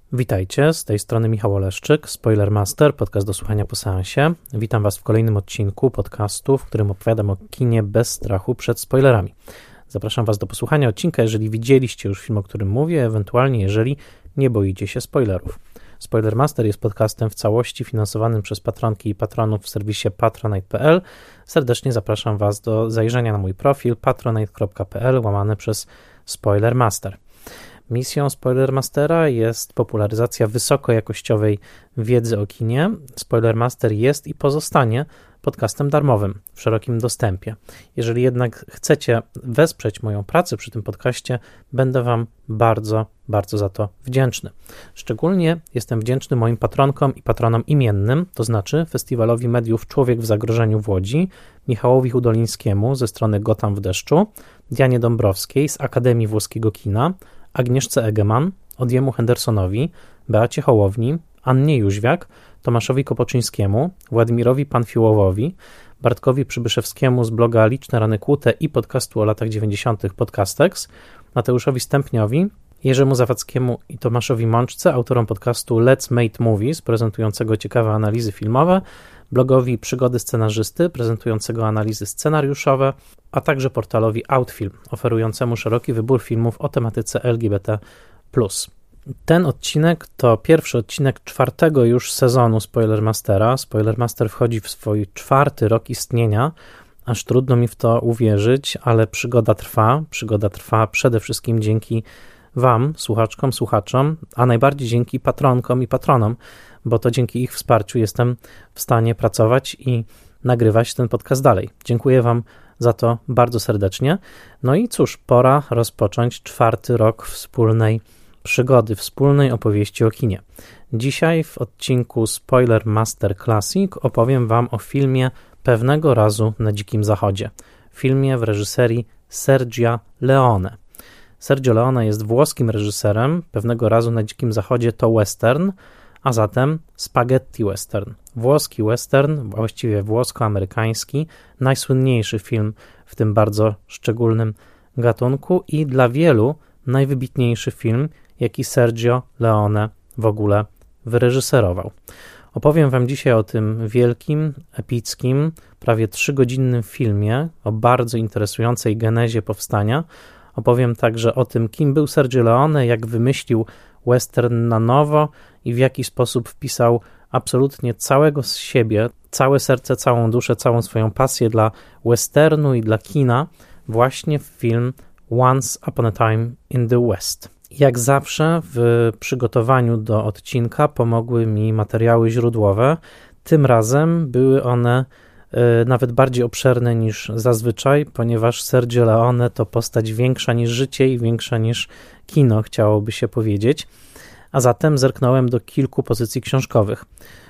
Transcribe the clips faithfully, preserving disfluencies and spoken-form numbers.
Witajcie, z tej strony Michał Oleszczyk, Spoilermaster, podcast do słuchania po seansie. Witam Was w kolejnym odcinku podcastu, w którym opowiadam o kinie bez strachu przed spoilerami. Zapraszam Was do posłuchania odcinka, jeżeli widzieliście już film, o którym mówię, ewentualnie jeżeli nie boicie się spoilerów. Spoilermaster jest podcastem w całości finansowanym przez patronki i patronów w serwisie patronite kropka p l. Serdecznie zapraszam Was do zajrzenia na mój profil patronite kropka p l łamane przez Spoilermaster. Misją Spoilermastera jest popularyzacja wysokojakościowej wiedzy o kinie. Spoilermaster jest i pozostanie podcastem darmowym w szerokim dostępie. Jeżeli jednak chcecie wesprzeć moją pracę przy tym podcaście, będę Wam bardzo, bardzo za to wdzięczny. Szczególnie jestem wdzięczny moim patronkom i patronom imiennym, to znaczy Festiwalowi Mediów Człowiek w Zagrożeniu w Łodzi, Michałowi Hudolińskiemu ze strony Gotham w deszczu, Dianie Dąbrowskiej z Akademii Włoskiego Kina, Agnieszce Egeman, Odiemu Hendersonowi, Beacie Hołowni, Annie Jóźwiak, Tomaszowi Kopoczyńskiemu, Władimirowi Panfiłowowi, Bartkowi Przybyszewskiemu z bloga Liczne Rany Kłute i podcastu o latach dziewięćdziesiątych Podcastex, Mateuszowi Stępniowi, Jerzemu Zawadzkiemu i Tomaszowi Mączce, autorom podcastu Let's Make Movies, prezentującego ciekawe analizy filmowe, blogowi Przygody Scenarzysty, prezentującego analizy scenariuszowe, a także portalowi Outfilm, oferującemu szeroki wybór filmów o tematyce L G B T plus. Ten odcinek to pierwszy odcinek czwartego już sezonu Spoilermastera. Spoilermaster wchodzi w swój czwarty rok istnienia, aż trudno mi w to uwierzyć, ale przygoda trwa. Przygoda trwa przede wszystkim dzięki Wam, słuchaczkom, słuchaczom, a najbardziej dzięki patronkom i patronom, bo to dzięki ich wsparciu jestem w stanie pracować i nagrywać ten podcast dalej. Dziękuję Wam za to bardzo serdecznie. No i cóż, pora rozpocząć czwarty rok wspólnej przygody, wspólnej opowieści o kinie. Dzisiaj w odcinku Spoilermaster Classic opowiem Wam o filmie Pewnego razu na Dzikim Zachodzie. Filmie w reżyserii Sergia Leone. Sergio Leone jest włoskim reżyserem. Pewnego razu na Dzikim Zachodzie to western, a zatem spaghetti western. Włoski western, właściwie włosko-amerykański, najsłynniejszy film w tym bardzo szczególnym gatunku i dla wielu najwybitniejszy film, jaki Sergio Leone w ogóle wyreżyserował. Opowiem Wam dzisiaj o tym wielkim, epickim, prawie trzygodzinnym filmie, o bardzo interesującej genezie powstania. Opowiem także o tym, kim był Sergio Leone, jak wymyślił western na nowo i w jaki sposób wpisał absolutnie całego z siebie, całe serce, całą duszę, całą swoją pasję dla westernu i dla kina właśnie w film Once Upon a Time in the West. Jak zawsze w przygotowaniu do odcinka pomogły mi materiały źródłowe. Tym razem były one nawet bardziej obszerne niż zazwyczaj, ponieważ Sergio Leone to postać większa niż życie i większa niż kino, chciałoby się powiedzieć. A zatem zerknąłem do kilku pozycji książkowych.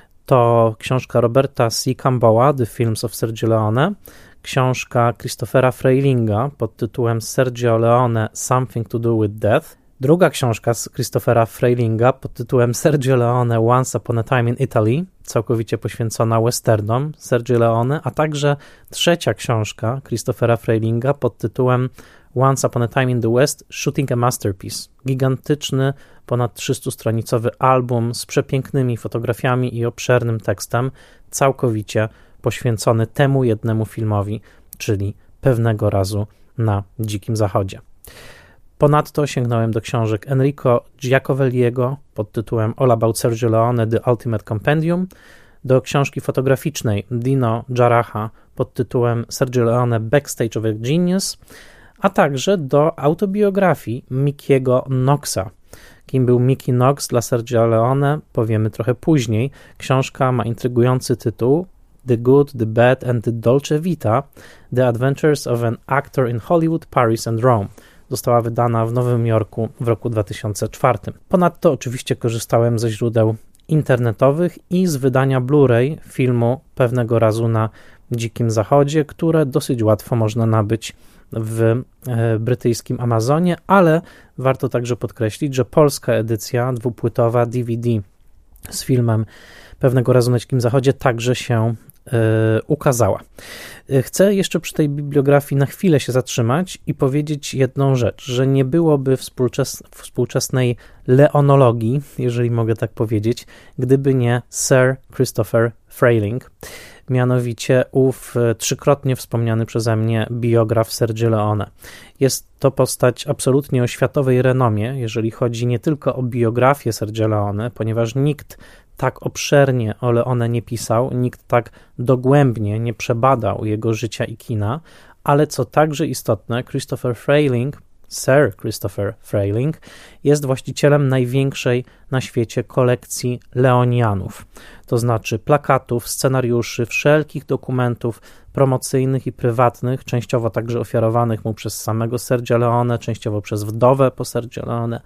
To książka Roberta C. Campbella, The Films of Sergio Leone, książka Christophera Freilinga pod tytułem Sergio Leone Something to do with Death, druga książka z Christophera Freilinga pod tytułem Sergio Leone Once Upon a Time in Italy, całkowicie poświęcona westernom Sergio Leone, a także trzecia książka Christophera Freilinga pod tytułem Once Upon a Time in the West Shooting a Masterpiece. Gigantyczny, ponad trzystustronicowy album z przepięknymi fotografiami i obszernym tekstem, całkowicie poświęcony temu jednemu filmowi, czyli Pewnego razu na Dzikim Zachodzie. Ponadto sięgnąłem do książek Enrico Giacovelliego pod tytułem All About Sergio Leone, The Ultimate Compendium, do książki fotograficznej Dino Jaraha pod tytułem Sergio Leone Backstage of a Genius, a także do autobiografii Mickiego Knoxa. Kim był Mickey Knox dla Sergio Leone, powiemy trochę później. Książka ma intrygujący tytuł The Good, The Bad and The Dolce Vita, The Adventures of an Actor in Hollywood, Paris and Rome. Została wydana w Nowym Jorku w roku dwa tysiące czwartym. Ponadto oczywiście korzystałem ze źródeł internetowych i z wydania Blu-ray filmu Pewnego razu na Dzikim Zachodzie, które dosyć łatwo można nabyć w brytyjskim Amazonie, ale warto także podkreślić, że polska edycja dwupłytowa D V D z filmem Pewnego razu na Dzikim Zachodzie także się ukazała. Chcę jeszcze przy tej bibliografii na chwilę się zatrzymać i powiedzieć jedną rzecz, że nie byłoby współczes- współczesnej leonologii, jeżeli mogę tak powiedzieć, gdyby nie Sir Christopher Frayling, mianowicie ów trzykrotnie wspomniany przeze mnie biograf Sergio Leone. Jest to postać absolutnie o światowej renomie, jeżeli chodzi nie tylko o biografię Sergio Leone, ponieważ nikt tak obszernie o Leone nie pisał, nikt tak dogłębnie nie przebadał jego życia i kina, ale co także istotne, Christopher Frayling, Sir Christopher Frayling, jest właścicielem największej na świecie kolekcji Leonianów, to znaczy plakatów, scenariuszy, wszelkich dokumentów promocyjnych i prywatnych, częściowo także ofiarowanych mu przez samego Sergio Leone, częściowo przez wdowę po Sergio Leone.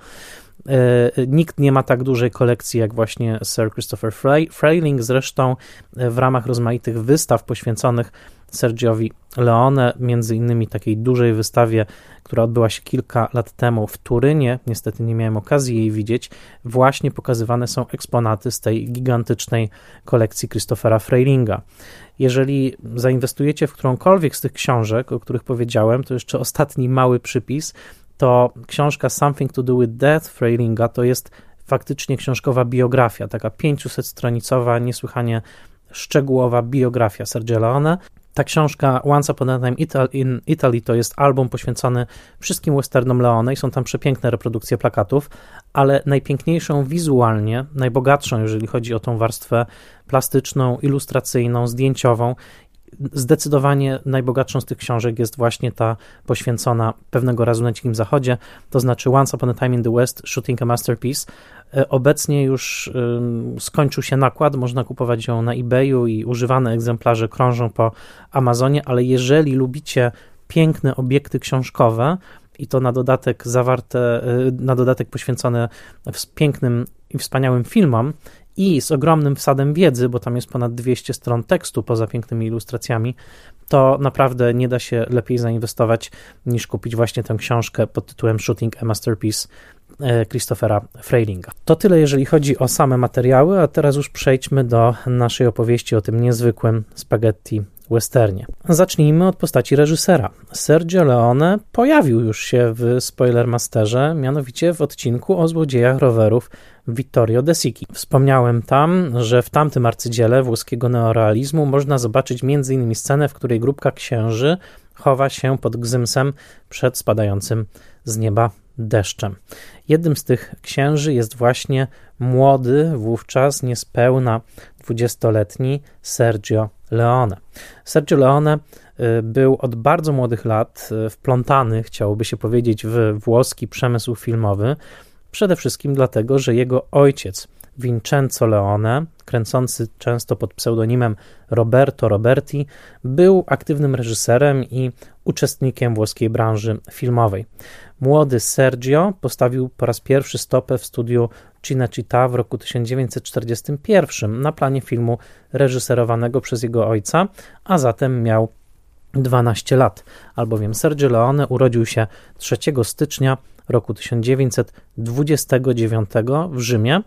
Nikt nie ma tak dużej kolekcji jak właśnie Sir Christopher Frayling, zresztą w ramach rozmaitych wystaw poświęconych Sergiowi Leone, między innymi takiej dużej wystawie, która odbyła się kilka lat temu w Turynie, niestety nie miałem okazji jej widzieć, właśnie pokazywane są eksponaty z tej gigantycznej kolekcji Christophera Fraylinga. Jeżeli zainwestujecie w którąkolwiek z tych książek, o których powiedziałem, to jeszcze ostatni mały przypis, to książka Something to do with Death Fraylinga to jest faktycznie książkowa biografia, taka pięćset-stronicowa, niesłychanie szczegółowa biografia Sergio Leone. Ta książka Once Upon a Time in Italy to jest album poświęcony wszystkim westernom Leone i są tam przepiękne reprodukcje plakatów, ale najpiękniejszą wizualnie, najbogatszą, jeżeli chodzi o tą warstwę plastyczną, ilustracyjną, zdjęciową, zdecydowanie najbogatszą z tych książek jest właśnie ta poświęcona Pewnego razu na Dzikim Zachodzie, to znaczy Once Upon a Time in the West, Shooting a Masterpiece. Obecnie już um, skończył się nakład, można kupować ją na eBayu i używane egzemplarze krążą po Amazonie, ale jeżeli lubicie piękne obiekty książkowe i to na dodatek zawarte, na dodatek poświęcone pięknym i wspaniałym filmom, i z ogromnym wsadem wiedzy, bo tam jest ponad dwieście stron tekstu poza pięknymi ilustracjami, to naprawdę nie da się lepiej zainwestować niż kupić właśnie tę książkę pod tytułem Shooting a Masterpiece Christophera Fraylinga. To tyle, jeżeli chodzi o same materiały, a teraz już przejdźmy do naszej opowieści o tym niezwykłym spaghetti westernie. Zacznijmy od postaci reżysera. Sergio Leone pojawił już się w Spoilermasterze, mianowicie w odcinku o złodziejach rowerów Vittorio De Sica. Wspomniałem tam, że w tamtym arcydziele włoskiego neorealizmu można zobaczyć między innymi scenę, w której grupka księży chowa się pod gzymsem przed spadającym z nieba deszczem. Jednym z tych księży jest właśnie młody, wówczas niespełna dwudziestoletni Sergio Leone. Sergio Leone był od bardzo młodych lat wplątany, chciałoby się powiedzieć, w włoski przemysł filmowy, przede wszystkim dlatego, że jego ojciec Vincenzo Leone, kręcący często pod pseudonimem Roberto Roberti, był aktywnym reżyserem i uczestnikiem włoskiej branży filmowej. Młody Sergio postawił po raz pierwszy stopę w studiu Cinecittà w roku tysiąc dziewięćset czterdziestym pierwszym na planie filmu reżyserowanego przez jego ojca, a zatem miał dwanaście lat, albowiem Sergio Leone urodził się trzeciego stycznia roku tysiąc dziewięćset dwudziestego dziewiątego w Rzymie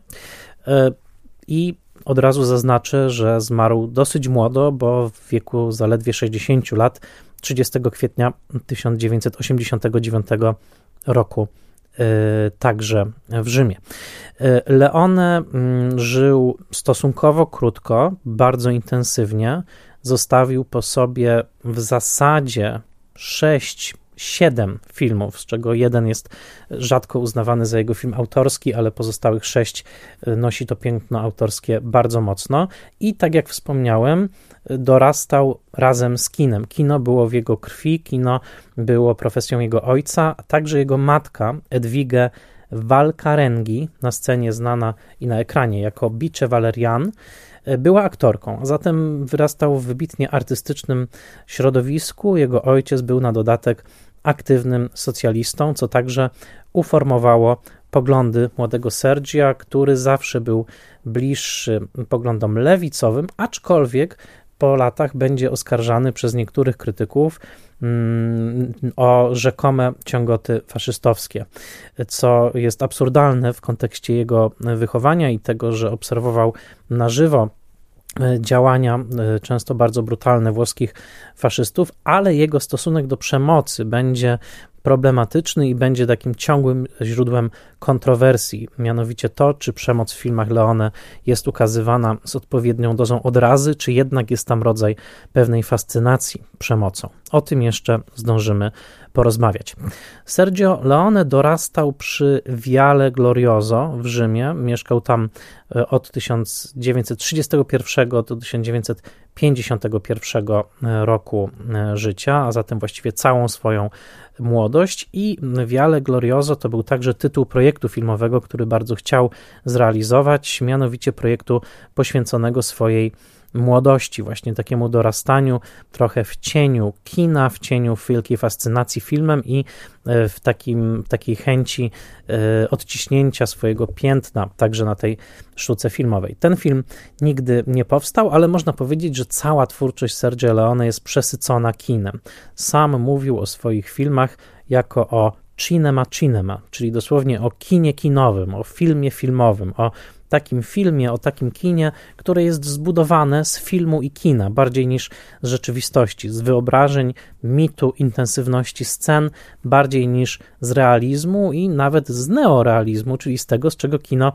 i od razu zaznaczę, że zmarł dosyć młodo, bo w wieku zaledwie sześćdziesięciu lat, trzydziestego kwietnia tysiąc dziewięćset osiemdziesiątego dziewiątego roku, także w Rzymie. Leone żył stosunkowo krótko, bardzo intensywnie, zostawił po sobie w zasadzie sześć siedem filmów, z czego jeden jest rzadko uznawany za jego film autorski, ale pozostałych sześć nosi to piętno autorskie bardzo mocno i tak jak wspomniałem, dorastał razem z kinem. Kino było w jego krwi, kino było profesją jego ojca, a także jego matka Edwige Valcareggi, na scenie znana i na ekranie jako Bice Valerian, była aktorką, a zatem wyrastał w wybitnie artystycznym środowisku. Jego ojciec był na dodatek aktywnym socjalistą, co także uformowało poglądy młodego Sergia, który zawsze był bliższy poglądom lewicowym, aczkolwiek po latach będzie oskarżany przez niektórych krytyków mm, o rzekome ciągoty faszystowskie, co jest absurdalne w kontekście jego wychowania i tego, że obserwował na żywo działania, często bardzo brutalne włoskich faszystów, ale jego stosunek do przemocy będzie problematyczny i będzie takim ciągłym źródłem kontrowersji, mianowicie to, czy przemoc w filmach Leone jest ukazywana z odpowiednią dozą odrazy, czy jednak jest tam rodzaj pewnej fascynacji przemocą. O tym jeszcze zdążymy porozmawiać. Sergio Leone dorastał przy Viale Glorioso w Rzymie, mieszkał tam od tysiąc dziewięćset trzydziestego pierwszego do tysiąc dziewięćset pięćdziesiątego pierwszego roku życia, a zatem właściwie całą swoją młodość, i Viale Glorioso to był także tytuł projektu filmowego, który bardzo chciał zrealizować, mianowicie projektu poświęconego swojej młodości, właśnie takiemu dorastaniu trochę w cieniu kina, w cieniu wielkiej fascynacji filmem i w, takim, w takiej chęci odciśnięcia swojego piętna także na tej sztuce filmowej. Ten film nigdy nie powstał, ale można powiedzieć, że cała twórczość Sergio Leone jest przesycona kinem. Sam mówił o swoich filmach jako o cinema cinema, czyli dosłownie o kinie kinowym, o filmie filmowym, o takim filmie, o takim kinie, które jest zbudowane z filmu i kina, bardziej niż z rzeczywistości, z wyobrażeń, mitu, intensywności scen, bardziej niż z realizmu i nawet z neorealizmu, czyli z tego, z czego kino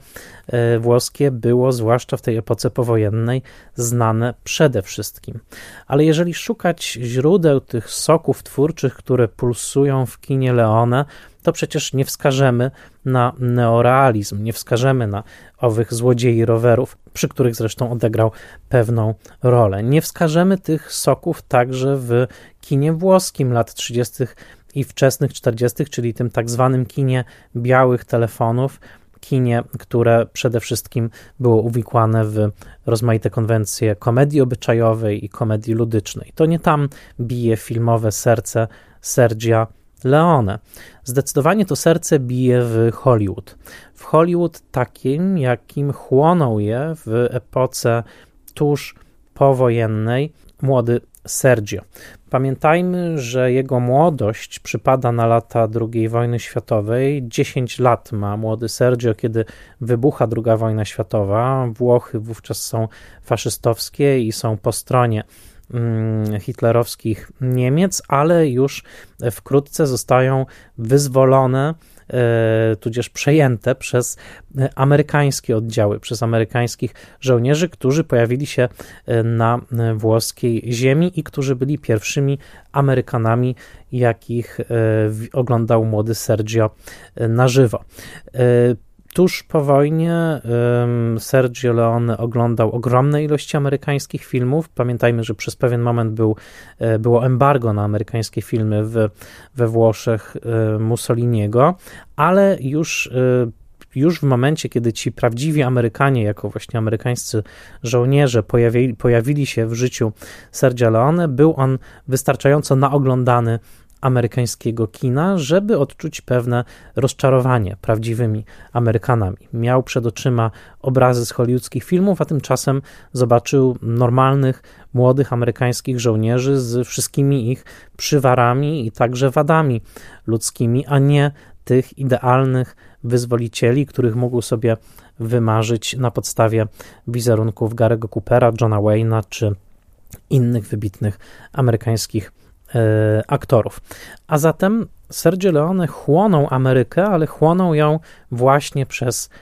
włoskie było, zwłaszcza w tej epoce powojennej, znane przede wszystkim. Ale jeżeli szukać źródeł tych soków twórczych, które pulsują w kinie Leone, to przecież nie wskażemy na neorealizm, nie wskażemy na owych złodziei rowerów, przy których zresztą odegrał pewną rolę. Nie wskażemy tych soków także w kinie włoskim lat trzydziestych i wczesnych czterdziestych, czyli tym tak zwanym kinie białych telefonów, kinie, które przede wszystkim było uwikłane w rozmaite konwencje komedii obyczajowej i komedii ludycznej. To nie tam bije filmowe serce Sergia Leone. Zdecydowanie to serce bije w Hollywood. W Hollywood takim, jakim chłonął je w epoce tuż powojennej młody Sergio. Pamiętajmy, że jego młodość przypada na lata drugiej wojny światowej. dziesięć lat ma młody Sergio, kiedy wybucha druga wojna światowa. Włochy wówczas są faszystowskie i są po stronie hitlerowskich Niemiec, ale już wkrótce zostają wyzwolone, tudzież przejęte przez amerykańskie oddziały, przez amerykańskich żołnierzy, którzy pojawili się na włoskiej ziemi i którzy byli pierwszymi Amerykanami, jakich oglądał młody Sergio na żywo. Tuż po wojnie Sergio Leone oglądał ogromne ilości amerykańskich filmów. Pamiętajmy, że przez pewien moment był, było embargo na amerykańskie filmy w, we Włoszech Mussoliniego, ale już, już w momencie, kiedy ci prawdziwi Amerykanie, jako właśnie amerykańscy żołnierze pojawili, pojawili się w życiu Sergia Leone, był on wystarczająco naoglądany amerykańskiego kina, żeby odczuć pewne rozczarowanie prawdziwymi Amerykanami. Miał przed oczyma obrazy z hollywoodzkich filmów, a tymczasem zobaczył normalnych, młodych amerykańskich żołnierzy z wszystkimi ich przywarami i także wadami ludzkimi, a nie tych idealnych wyzwolicieli, których mógł sobie wymarzyć na podstawie wizerunków Gary'ego Coopera, Johna Wayne'a czy innych wybitnych amerykańskich aktorów. A zatem Sergio Leone chłonął Amerykę, ale chłonął ją właśnie przez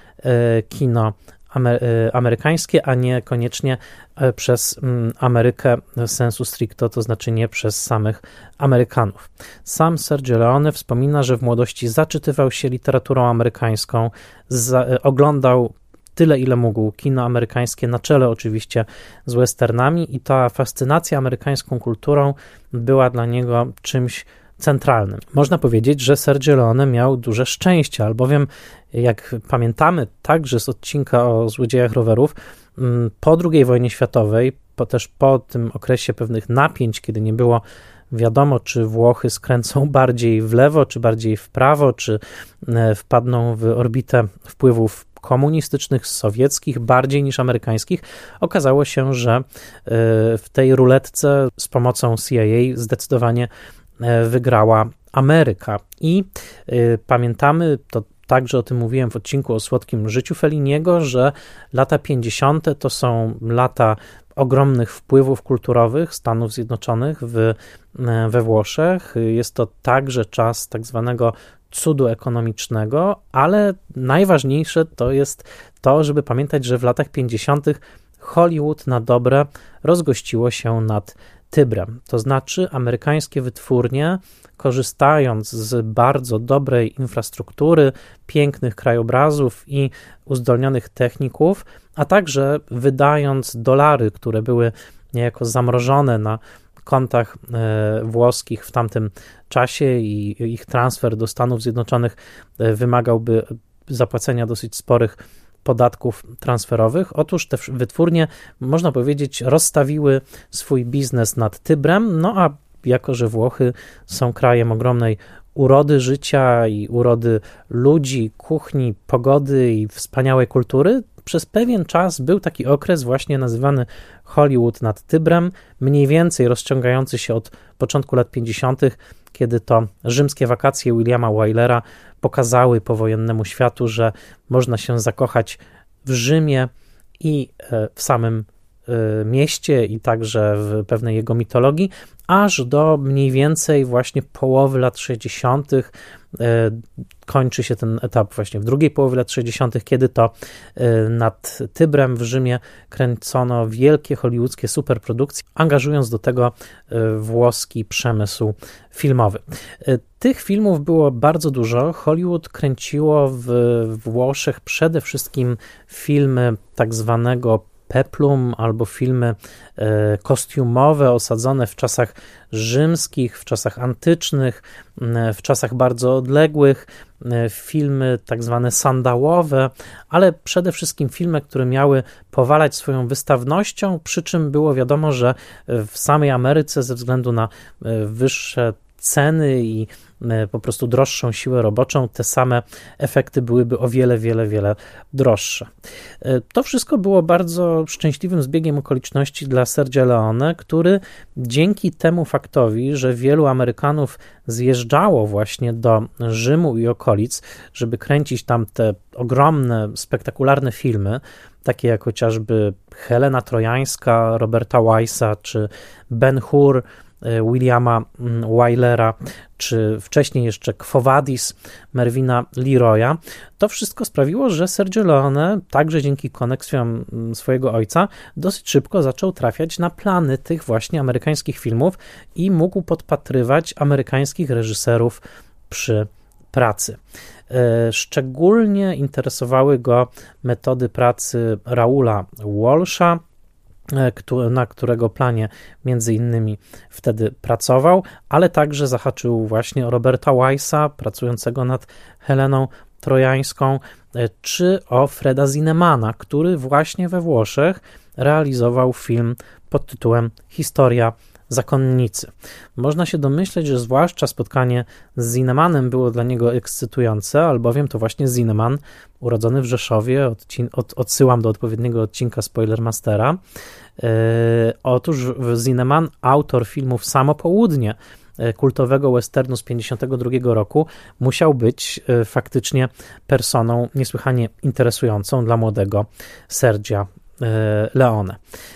kino amerykańskie, a nie koniecznie przez Amerykę sensu stricto, to znaczy nie przez samych Amerykanów. Sam Sergio Leone wspomina, że w młodości zaczytywał się literaturą amerykańską, za, oglądał tyle, ile mógł kino amerykańskie, na czele oczywiście z westernami, i ta fascynacja amerykańską kulturą była dla niego czymś centralnym. Można powiedzieć, że Sergio Leone miał duże szczęście, albowiem jak pamiętamy także z odcinka o złodziejach rowerów, po drugiej wojnie światowej, po, też po tym okresie pewnych napięć, kiedy nie było wiadomo, czy Włochy skręcą bardziej w lewo, czy bardziej w prawo, czy wpadną w orbitę wpływów komunistycznych, sowieckich, bardziej niż amerykańskich, okazało się, że w tej ruletce z pomocą C I A zdecydowanie wygrała Ameryka. I pamiętamy, to także o tym mówiłem w odcinku o słodkim życiu Felliniego, że lata pięćdziesiąte to są lata ogromnych wpływów kulturowych Stanów Zjednoczonych w, we Włoszech. Jest to także czas tak zwanego cudu ekonomicznego, ale najważniejsze to jest to, żeby pamiętać, że w latach pięćdziesiątych Hollywood na dobre rozgościło się nad Tybrem. To znaczy amerykańskie wytwórnie, korzystając z bardzo dobrej infrastruktury, pięknych krajobrazów i uzdolnionych techników, a także wydając dolary, które były niejako zamrożone na kontach e, włoskich w tamtym czasie i ich transfer do Stanów Zjednoczonych e, wymagałby zapłacenia dosyć sporych podatków transferowych. Otóż te wytwórnie, można powiedzieć, rozstawiły swój biznes nad Tybrem, no a jako że Włochy są krajem ogromnej urody życia i urody ludzi, kuchni, pogody i wspaniałej kultury, przez pewien czas był taki okres właśnie nazywany Hollywood nad Tybrem, mniej więcej rozciągający się od początku lat pięćdziesiątych, kiedy to rzymskie wakacje Williama Wylera pokazały powojennemu światu, że można się zakochać w Rzymie i w samym mieście i także w pewnej jego mitologii, aż do mniej więcej właśnie połowy lat sześćdziesiątych. Kończy się ten etap właśnie w drugiej połowie lat sześćdziesiątych, kiedy to nad Tybrem w Rzymie kręcono wielkie hollywoodzkie superprodukcje, angażując do tego włoski przemysł filmowy. Tych filmów było bardzo dużo. Hollywood kręciło w Włoszech przede wszystkim filmy tak zwanego peplum albo filmy e, kostiumowe osadzone w czasach rzymskich, w czasach antycznych, e, w czasach bardzo odległych, e, filmy tak zwane sandałowe, ale przede wszystkim filmy, które miały powalać swoją wystawnością, przy czym było wiadomo, że w samej Ameryce ze względu na e, wyższe ceny i po prostu droższą siłę roboczą, te same efekty byłyby o wiele, wiele, wiele droższe. To wszystko było bardzo szczęśliwym zbiegiem okoliczności dla Sergia Leone, który dzięki temu faktowi, że wielu Amerykanów zjeżdżało właśnie do Rzymu i okolic, żeby kręcić tam te ogromne, spektakularne filmy, takie jak chociażby Helena Trojańska Roberta Weissa, czy Ben-Hur Williama Wylera, czy wcześniej jeszcze Quo Vadis Mervina Leroya, to wszystko sprawiło, że Sergio Leone, także dzięki koneksjom swojego ojca, dosyć szybko zaczął trafiać na plany tych właśnie amerykańskich filmów i mógł podpatrywać amerykańskich reżyserów przy pracy. Szczególnie interesowały go metody pracy Raula Walsha, na którego planie między innymi wtedy pracował, ale także zahaczył właśnie o Roberta Weissa, pracującego nad Heleną Trojańską, czy o Freda Zinnemana, który właśnie we Włoszech realizował film pod tytułem Historia zakonnicy. Można się domyśleć, że zwłaszcza spotkanie z Zinnemanem było dla niego ekscytujące, albowiem to właśnie Zinneman, urodzony w Rzeszowie, odcin- od, odsyłam do odpowiedniego odcinka Spoilermastera. Yy, otóż Zinneman, autor filmów Samo Południe, kultowego westernu z pięćdziesiątego drugiego roku, musiał być faktycznie personą niesłychanie interesującą dla młodego Sergia Leone.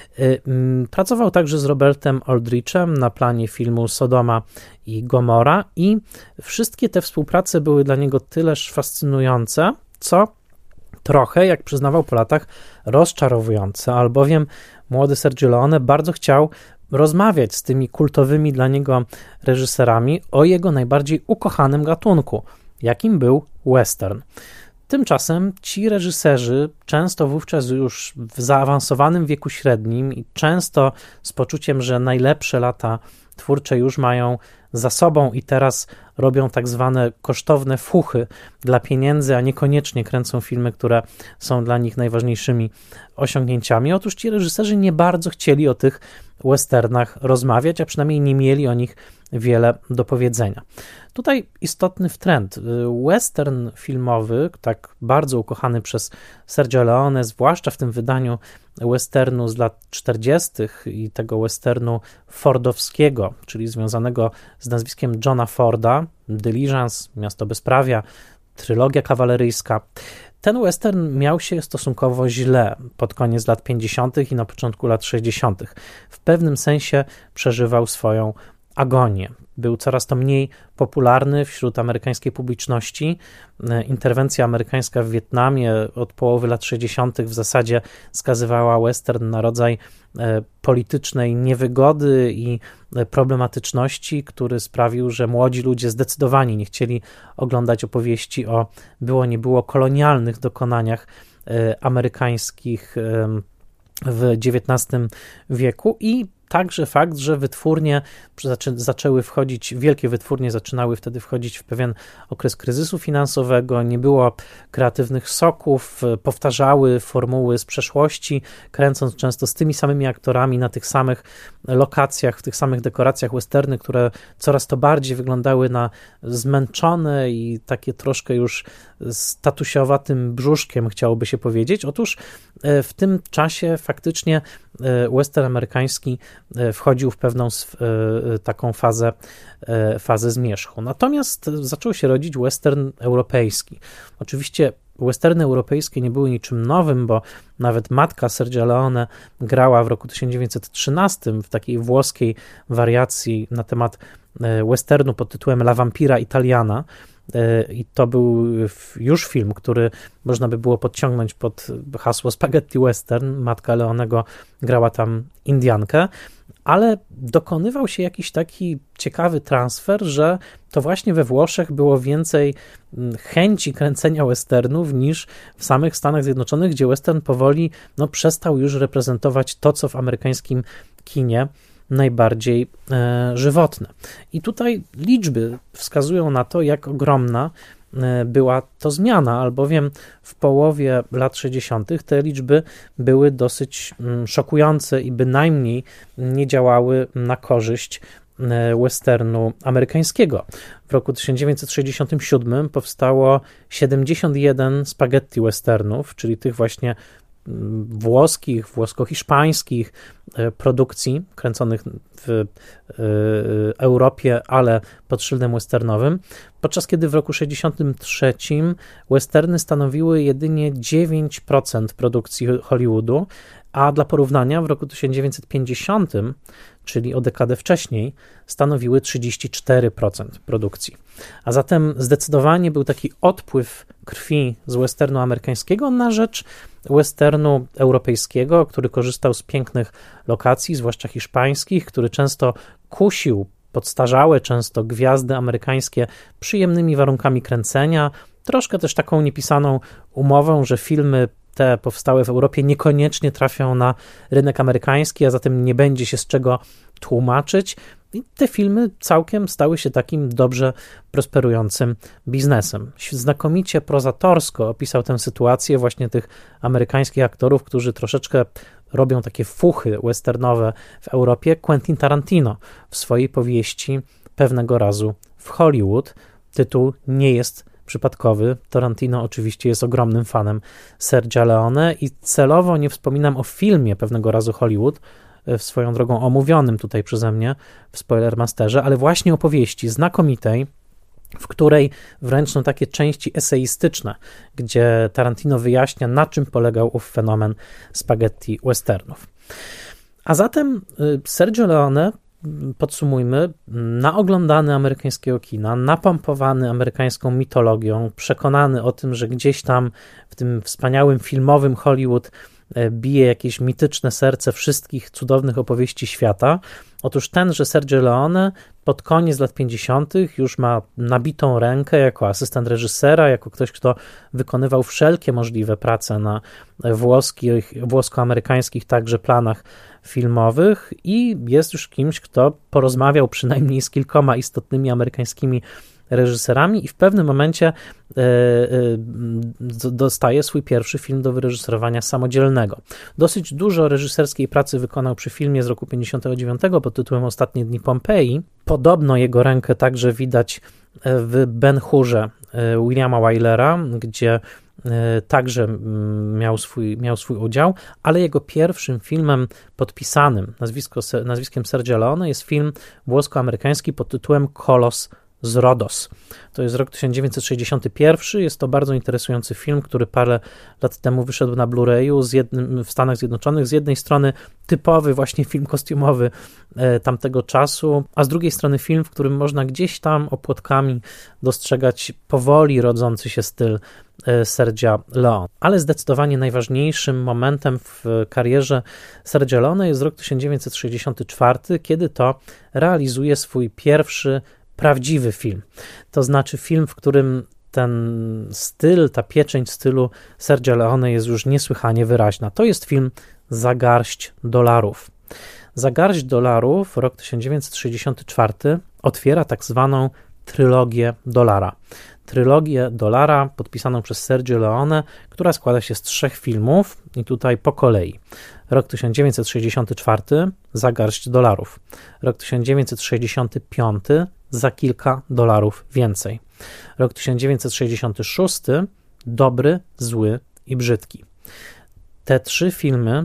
Pracował także z Robertem Aldrichem na planie filmu Sodoma i Gomora i wszystkie te współprace były dla niego tyleż fascynujące, co trochę, jak przyznawał po latach, rozczarowujące, albowiem młody Sergio Leone bardzo chciał rozmawiać z tymi kultowymi dla niego reżyserami o jego najbardziej ukochanym gatunku, jakim był western. Tymczasem ci reżyserzy, często wówczas już w zaawansowanym wieku średnim i często z poczuciem, że najlepsze lata twórcze już mają za sobą i teraz robią tak zwane kosztowne fuchy dla pieniędzy, a niekoniecznie kręcą filmy, które są dla nich najważniejszymi osiągnięciami. Otóż ci reżyserzy nie bardzo chcieli o tych westernach rozmawiać, a przynajmniej nie mieli o nich wiele do powiedzenia. Tutaj istotny trend. Western filmowy, tak bardzo ukochany przez Sergio Leone, zwłaszcza w tym wydaniu westernu z lat czterdziestych i tego westernu fordowskiego, czyli związanego z nazwiskiem Johna Forda, Diligence, Miasto Bezprawia, trylogia kawaleryjska. Ten western miał się stosunkowo źle pod koniec lat pięćdziesiątych i na początku lat sześćdziesiątych. W pewnym sensie przeżywał swoją agonię. Był coraz to mniej popularny wśród amerykańskiej publiczności. Interwencja amerykańska w Wietnamie od połowy lat sześćdziesiątych w zasadzie skazywała western na rodzaj politycznej niewygody i problematyczności, który sprawił, że młodzi ludzie zdecydowani nie chcieli oglądać opowieści o było nie było kolonialnych dokonaniach amerykańskich w dziewiętnastym wieku i także fakt, że wytwórnie zaczę, zaczęły wchodzić, wielkie wytwórnie zaczynały wtedy wchodzić w pewien okres kryzysu finansowego, nie było kreatywnych soków, powtarzały formuły z przeszłości, kręcąc często z tymi samymi aktorami na tych samych lokacjach, w tych samych dekoracjach westerny, które coraz to bardziej wyglądały na zmęczone i takie troszkę już statusiowatym brzuszkiem, chciałoby się powiedzieć. Otóż w tym czasie faktycznie western amerykański wchodził w pewną taką fazę, fazę zmierzchu. Natomiast zaczął się rodzić western europejski. Oczywiście westerny europejskie nie były niczym nowym, bo nawet matka Sergia Leone grała w roku tysiąc dziewięćset trzynastym w takiej włoskiej wariacji na temat westernu pod tytułem La Vampira Italiana. I to był już film, który można by było podciągnąć pod hasło spaghetti western. Matka Leonego grała tam Indiankę, ale dokonywał się jakiś taki ciekawy transfer, że to właśnie we Włoszech było więcej chęci kręcenia westernów niż w samych Stanach Zjednoczonych, gdzie western powoli no, przestał już reprezentować to, co w amerykańskim kinie najbardziej e, żywotne. I tutaj liczby wskazują na to, jak ogromna e, była to zmiana, albowiem w połowie lat sześćdziesiątych te liczby były dosyć m, szokujące i bynajmniej nie działały na korzyść e, westernu amerykańskiego. W roku tysiąc dziewięćset sześćdziesiątym siódmym powstało siedemdziesiąt jeden spaghetti westernów, czyli tych właśnie włoskich, włosko-hiszpańskich produkcji kręconych w Europie, ale pod szyldem westernowym, podczas kiedy w roku sześćdziesiątym trzecim westerny stanowiły jedynie dziewięć procent produkcji Hollywoodu, a dla porównania w roku tysiąc dziewięćset pięćdziesiątym, czyli o dekadę wcześniej, stanowiły trzydzieści cztery procent produkcji. A zatem zdecydowanie był taki odpływ krwi z westernu amerykańskiego na rzecz westernu europejskiego, który korzystał z pięknych lokacji, zwłaszcza hiszpańskich, który często kusił podstarzałe często gwiazdy amerykańskie przyjemnymi warunkami kręcenia, troszkę też taką niepisaną umową, że filmy te powstałe w Europie niekoniecznie trafią na rynek amerykański, a zatem nie będzie się z czego tłumaczyć. I te filmy całkiem stały się takim dobrze prosperującym biznesem. Znakomicie prozatorsko opisał tę sytuację właśnie tych amerykańskich aktorów, którzy troszeczkę robią takie fuchy westernowe w Europie, Quentin Tarantino w swojej powieści Pewnego razu w Hollywood. Tytuł nie jest przypadkowy. Tarantino oczywiście jest ogromnym fanem Sergia Leone i celowo nie wspominam o filmie Pewnego razu Hollywood, w swoją drogą omówionym tutaj przeze mnie w Spoilermasterze, ale właśnie opowieści znakomitej, w której wręcz są takie części eseistyczne, gdzie Tarantino wyjaśnia, na czym polegał ów fenomen spaghetti westernów. A zatem Sergio Leone, podsumujmy, naoglądany amerykańskiego kina, napompowany amerykańską mitologią, przekonany o tym, że gdzieś tam w tym wspaniałym filmowym Hollywood bije jakieś mityczne serce wszystkich cudownych opowieści świata. Otóż tenże Sergio Leone pod koniec lat pięćdziesiątych już ma nabitą rękę jako asystent reżysera, jako ktoś, kto wykonywał wszelkie możliwe prace na włoskich, włosko-amerykańskich także planach filmowych i jest już kimś, kto porozmawiał przynajmniej z kilkoma istotnymi amerykańskimi reżyserami i w pewnym momencie e, e, dostaje swój pierwszy film do wyreżyserowania samodzielnego. Dosyć dużo reżyserskiej pracy wykonał przy filmie z roku pięćdziesiątego dziewiątego pod tytułem Ostatnie dni Pompeji. Podobno jego rękę także widać w Ben-Hurze Williama Wylera, gdzie także miał swój, miał swój udział, ale jego pierwszym filmem podpisanym nazwisko, nazwiskiem Sergia Leone jest film włosko-amerykański pod tytułem Kolos z RODOS. To jest rok tysiąc dziewięćset sześćdziesiąty pierwszy. Jest to bardzo interesujący film, który parę lat temu wyszedł na Blu-rayu z jednym, w Stanach Zjednoczonych. Z jednej strony typowy właśnie film kostiumowy e, tamtego czasu, a z drugiej strony film, w którym można gdzieś tam opłotkami dostrzegać powoli rodzący się styl e, Sergia Leone. Ale zdecydowanie najważniejszym momentem w karierze Sergia Leone jest rok tysiąc dziewięćset sześćdziesiąty czwarty, kiedy to realizuje swój pierwszy prawdziwy film. To znaczy film, w którym ten styl, ta pieczęć stylu Sergia Leone jest już niesłychanie wyraźna. To jest film Za garść dolarów. Za garść dolarów, rok tysiąc dziewięćset sześćdziesiąty czwarty, otwiera tak zwaną trylogię dolara. Trylogię dolara podpisaną przez Sergio Leone, która składa się z trzech filmów i tutaj po kolei. Rok tysiąc dziewięćset sześćdziesiąty czwarty, Za garść dolarów. Rok tysiąc dziewięćset sześćdziesiąty piąty, Za kilka dolarów więcej. Rok tysiąc dziewięćset sześćdziesiąty szósty, Dobry, zły i brzydki. Te trzy filmy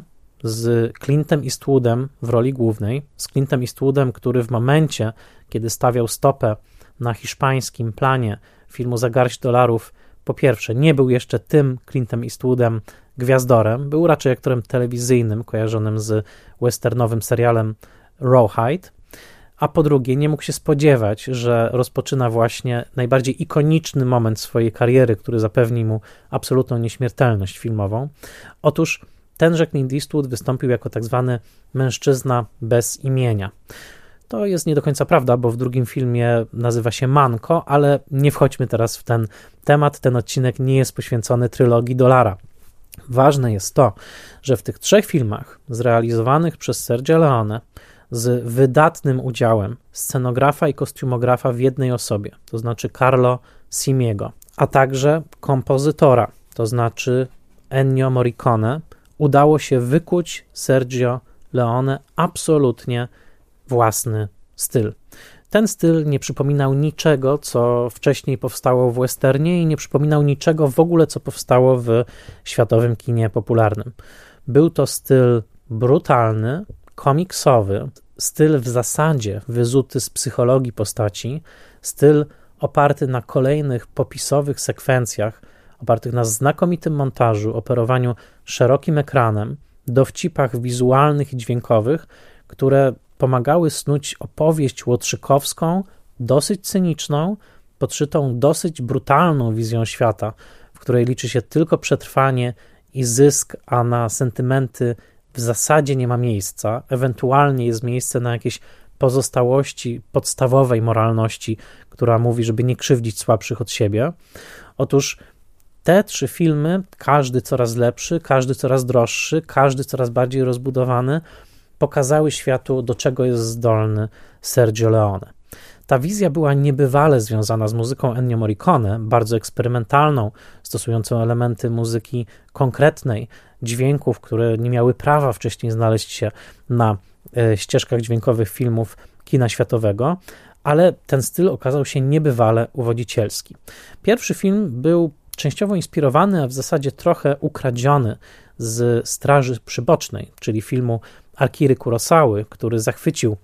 z Clintem Eastwoodem w roli głównej, z Clintem Eastwoodem, który w momencie, kiedy stawiał stopę na hiszpańskim planie filmu Za garść dolarów, po pierwsze nie był jeszcze tym Clintem Eastwoodem gwiazdorem, był raczej aktorem telewizyjnym kojarzonym z westernowym serialem Rawhide, a po drugie nie mógł się spodziewać, że rozpoczyna właśnie najbardziej ikoniczny moment swojej kariery, który zapewni mu absolutną nieśmiertelność filmową. Otóż tenże Clint Eastwood wystąpił jako tak zwany mężczyzna bez imienia. To jest nie do końca prawda, bo w drugim filmie nazywa się Manko, ale nie wchodźmy teraz w ten temat. Ten odcinek nie jest poświęcony trylogii dolara. Ważne jest to, że w tych trzech filmach zrealizowanych przez Sergia Leone z wydatnym udziałem scenografa i kostiumografa w jednej osobie, to znaczy Carlo Simiego, a także kompozytora, to znaczy Ennio Morricone, udało się wykuć Sergio Leone absolutnie własny styl. Ten styl nie przypominał niczego, co wcześniej powstało w westernie i nie przypominał niczego w ogóle, co powstało w światowym kinie popularnym. Był to styl brutalny, komiksowy, styl w zasadzie wyzuty z psychologii postaci, styl oparty na kolejnych popisowych sekwencjach, opartych na znakomitym montażu, operowaniu szerokim ekranem, dowcipach wizualnych i dźwiękowych, które pomagały snuć opowieść łotrzykowską, dosyć cyniczną, podszytą dosyć brutalną wizją świata, w której liczy się tylko przetrwanie i zysk, a na sentymenty w zasadzie nie ma miejsca, ewentualnie jest miejsce na jakieś pozostałości podstawowej moralności, która mówi, żeby nie krzywdzić słabszych od siebie. Otóż te trzy filmy, każdy coraz lepszy, każdy coraz droższy, każdy coraz bardziej rozbudowany, pokazały światu, do czego jest zdolny Sergio Leone. Ta wizja była niebywale związana z muzyką Ennio Morricone, bardzo eksperymentalną, stosującą elementy muzyki konkretnej, dźwięków, które nie miały prawa wcześniej znaleźć się na e, ścieżkach dźwiękowych filmów kina światowego, ale ten styl okazał się niebywale uwodzicielski. Pierwszy film był częściowo inspirowany, a w zasadzie trochę ukradziony z Straży Przybocznej, czyli filmu Akiry Kurosawy, który zachwycił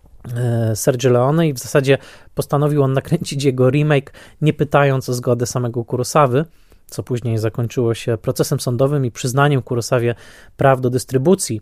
Sergio Leone i w zasadzie postanowił on nakręcić jego remake, nie pytając o zgodę samego Kurosawy, co później zakończyło się procesem sądowym i przyznaniem Kurosawie praw do dystrybucji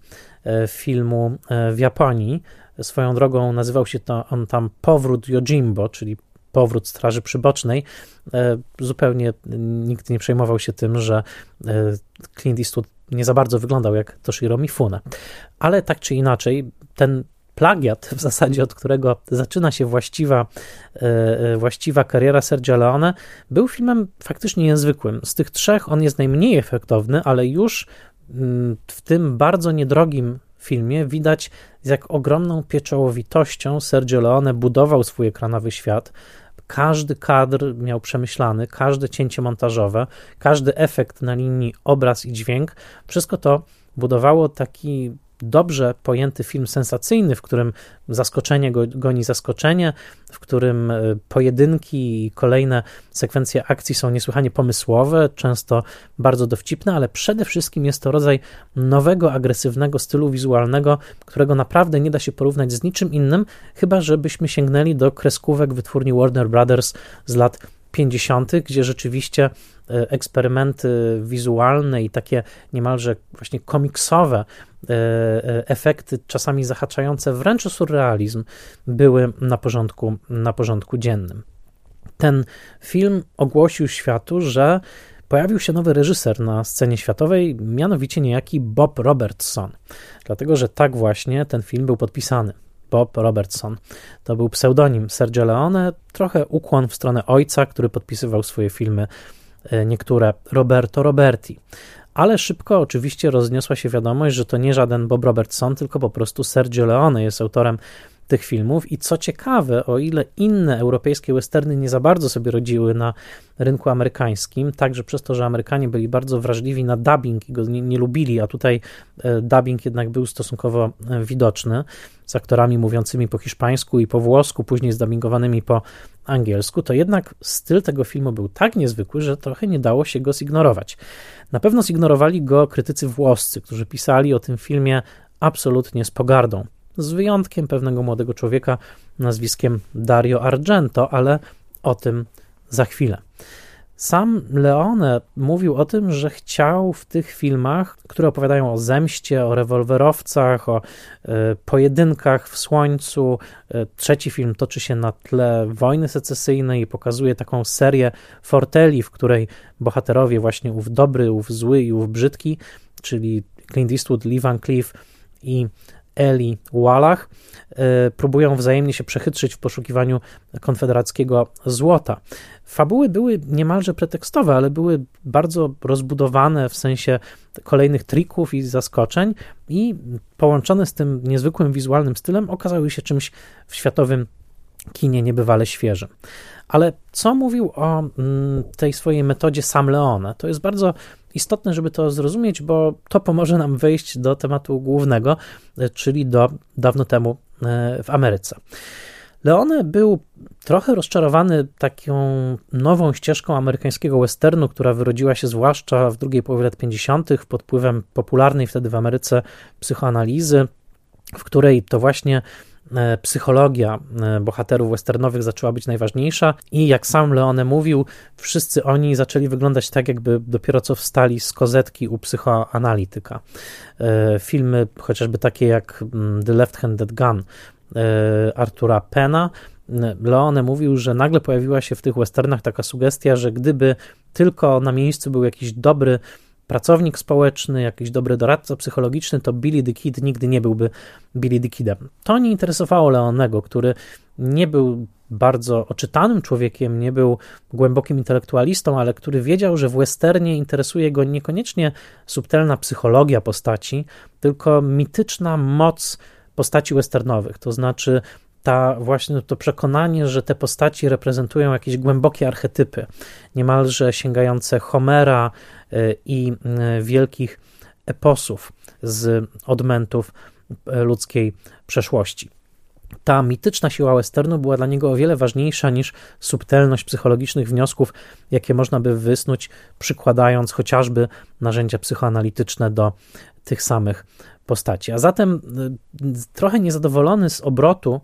filmu w Japonii. Swoją drogą nazywał się to on tam Powrót Yojimbo, czyli Powrót Straży Przybocznej. Zupełnie nikt nie przejmował się tym, że Clint Eastwood nie za bardzo wyglądał jak Toshiro Mifune. Ale tak czy inaczej, ten plagiat w zasadzie, od którego zaczyna się właściwa, właściwa kariera Sergia Leone, był filmem faktycznie niezwykłym. Z tych trzech on jest najmniej efektowny, ale już w tym bardzo niedrogim filmie widać, z jak ogromną pieczołowitością Sergio Leone budował swój ekranowy świat. Każdy kadr miał przemyślany, każde cięcie montażowe, każdy efekt na linii obraz i dźwięk, wszystko to budowało taki dobrze pojęty film sensacyjny, w którym zaskoczenie goni zaskoczenie, w którym pojedynki i kolejne sekwencje akcji są niesłychanie pomysłowe, często bardzo dowcipne, ale przede wszystkim jest to rodzaj nowego, agresywnego stylu wizualnego, którego naprawdę nie da się porównać z niczym innym, chyba żebyśmy sięgnęli do kreskówek wytwórni Warner Brothers z lat pięćdziesiątych, gdzie rzeczywiście eksperymenty wizualne i takie niemalże właśnie komiksowe efekty, czasami zahaczające wręcz o surrealizm, były na porządku, na porządku dziennym. Ten film ogłosił światu, że pojawił się nowy reżyser na scenie światowej, mianowicie niejaki Bob Robertson, dlatego że tak właśnie ten film był podpisany. Bob Robertson. To był pseudonim Sergio Leone, trochę ukłon w stronę ojca, który podpisywał swoje filmy, niektóre Roberto Roberti. Ale szybko oczywiście rozniosła się wiadomość, że to nie żaden Bob Robertson, tylko po prostu Sergio Leone jest autorem tych filmów i co ciekawe, o ile inne europejskie westerny nie za bardzo sobie rodziły na rynku amerykańskim, także przez to, że Amerykanie byli bardzo wrażliwi na dubbing i go nie, nie lubili, a tutaj dubbing jednak był stosunkowo widoczny, z aktorami mówiącymi po hiszpańsku i po włosku, później zdubbingowanymi po angielsku, to jednak styl tego filmu był tak niezwykły, że trochę nie dało się go zignorować. Na pewno zignorowali go krytycy włoscy, którzy pisali o tym filmie absolutnie z pogardą. Z wyjątkiem pewnego młodego człowieka nazwiskiem Dario Argento, ale o tym za chwilę. Sam Leone mówił o tym, że chciał w tych filmach, które opowiadają o zemście, o rewolwerowcach, o y, pojedynkach w słońcu. Y, trzeci film toczy się na tle wojny secesyjnej i pokazuje taką serię forteli, w której bohaterowie właśnie ów dobry, ów zły i ów brzydki, czyli Clint Eastwood, Lee Van Cleef i Eli Wallach, próbują wzajemnie się przechytrzyć w poszukiwaniu konfederackiego złota. Fabuły były niemalże pretekstowe, ale były bardzo rozbudowane w sensie kolejnych trików i zaskoczeń i połączone z tym niezwykłym wizualnym stylem okazały się czymś w światowym kinie niebywale świeżym. Ale co mówił o tej swojej metodzie sam Leone? To jest bardzo istotne, żeby to zrozumieć, bo to pomoże nam wejść do tematu głównego, czyli do dawno temu w Ameryce. Leone był trochę rozczarowany taką nową ścieżką amerykańskiego westernu, która wyrodziła się zwłaszcza w drugiej połowie lat pięćdziesiątych pod wpływem popularnej wtedy w Ameryce psychoanalizy, w której to właśnie psychologia bohaterów westernowych zaczęła być najważniejsza i jak sam Leone mówił, wszyscy oni zaczęli wyglądać tak, jakby dopiero co wstali z kozetki u psychoanalityka. Filmy chociażby takie jak The Left-Handed Gun Artura Penna, Leone mówił, że nagle pojawiła się w tych westernach taka sugestia, że gdyby tylko na miejscu był jakiś dobry pracownik społeczny, jakiś dobry doradca psychologiczny, to Billy the Kid nigdy nie byłby Billy the Kidem. To nie interesowało Leonego, który nie był bardzo oczytanym człowiekiem, nie był głębokim intelektualistą, ale który wiedział, że w westernie interesuje go niekoniecznie subtelna psychologia postaci, tylko mityczna moc postaci westernowych, to znaczy ta właśnie to przekonanie, że te postaci reprezentują jakieś głębokie archetypy, niemalże sięgające Homera i wielkich eposów z odmętów ludzkiej przeszłości. Ta mityczna siła westernu była dla niego o wiele ważniejsza niż subtelność psychologicznych wniosków, jakie można by wysnuć, przykładając chociażby narzędzia psychoanalityczne do tych samych postaci. A zatem trochę niezadowolony z obrotu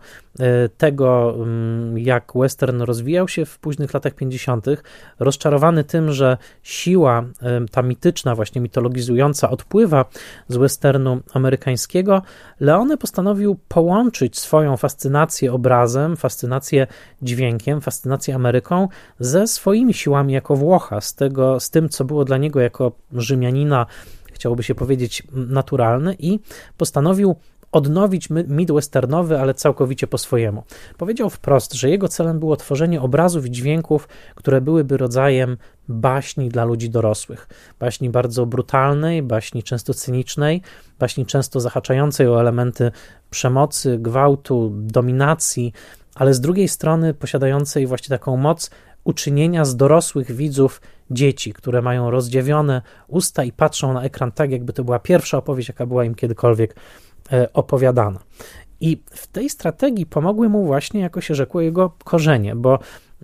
tego, jak western rozwijał się w późnych latach pięćdziesiątych, rozczarowany tym, że siła ta mityczna, właśnie mitologizująca odpływa z westernu amerykańskiego, Leone postanowił połączyć swoją fascynację obrazem, fascynację dźwiękiem, fascynację Ameryką ze swoimi siłami jako Włocha, z, tego, z tym, co było dla niego jako Rzymianina, chciałoby się powiedzieć, naturalny i postanowił odnowić mit westernowy, ale całkowicie po swojemu. Powiedział wprost, że jego celem było tworzenie obrazów i dźwięków, które byłyby rodzajem baśni dla ludzi dorosłych. Baśni bardzo brutalnej, baśni często cynicznej, baśni często zahaczającej o elementy przemocy, gwałtu, dominacji, ale z drugiej strony posiadającej właśnie taką moc uczynienia z dorosłych widzów dzieci, które mają rozdziewione usta i patrzą na ekran tak, jakby to była pierwsza opowieść, jaka była im kiedykolwiek opowiadana. I w tej strategii pomogły mu właśnie, jako się rzekło, jego korzenie, bo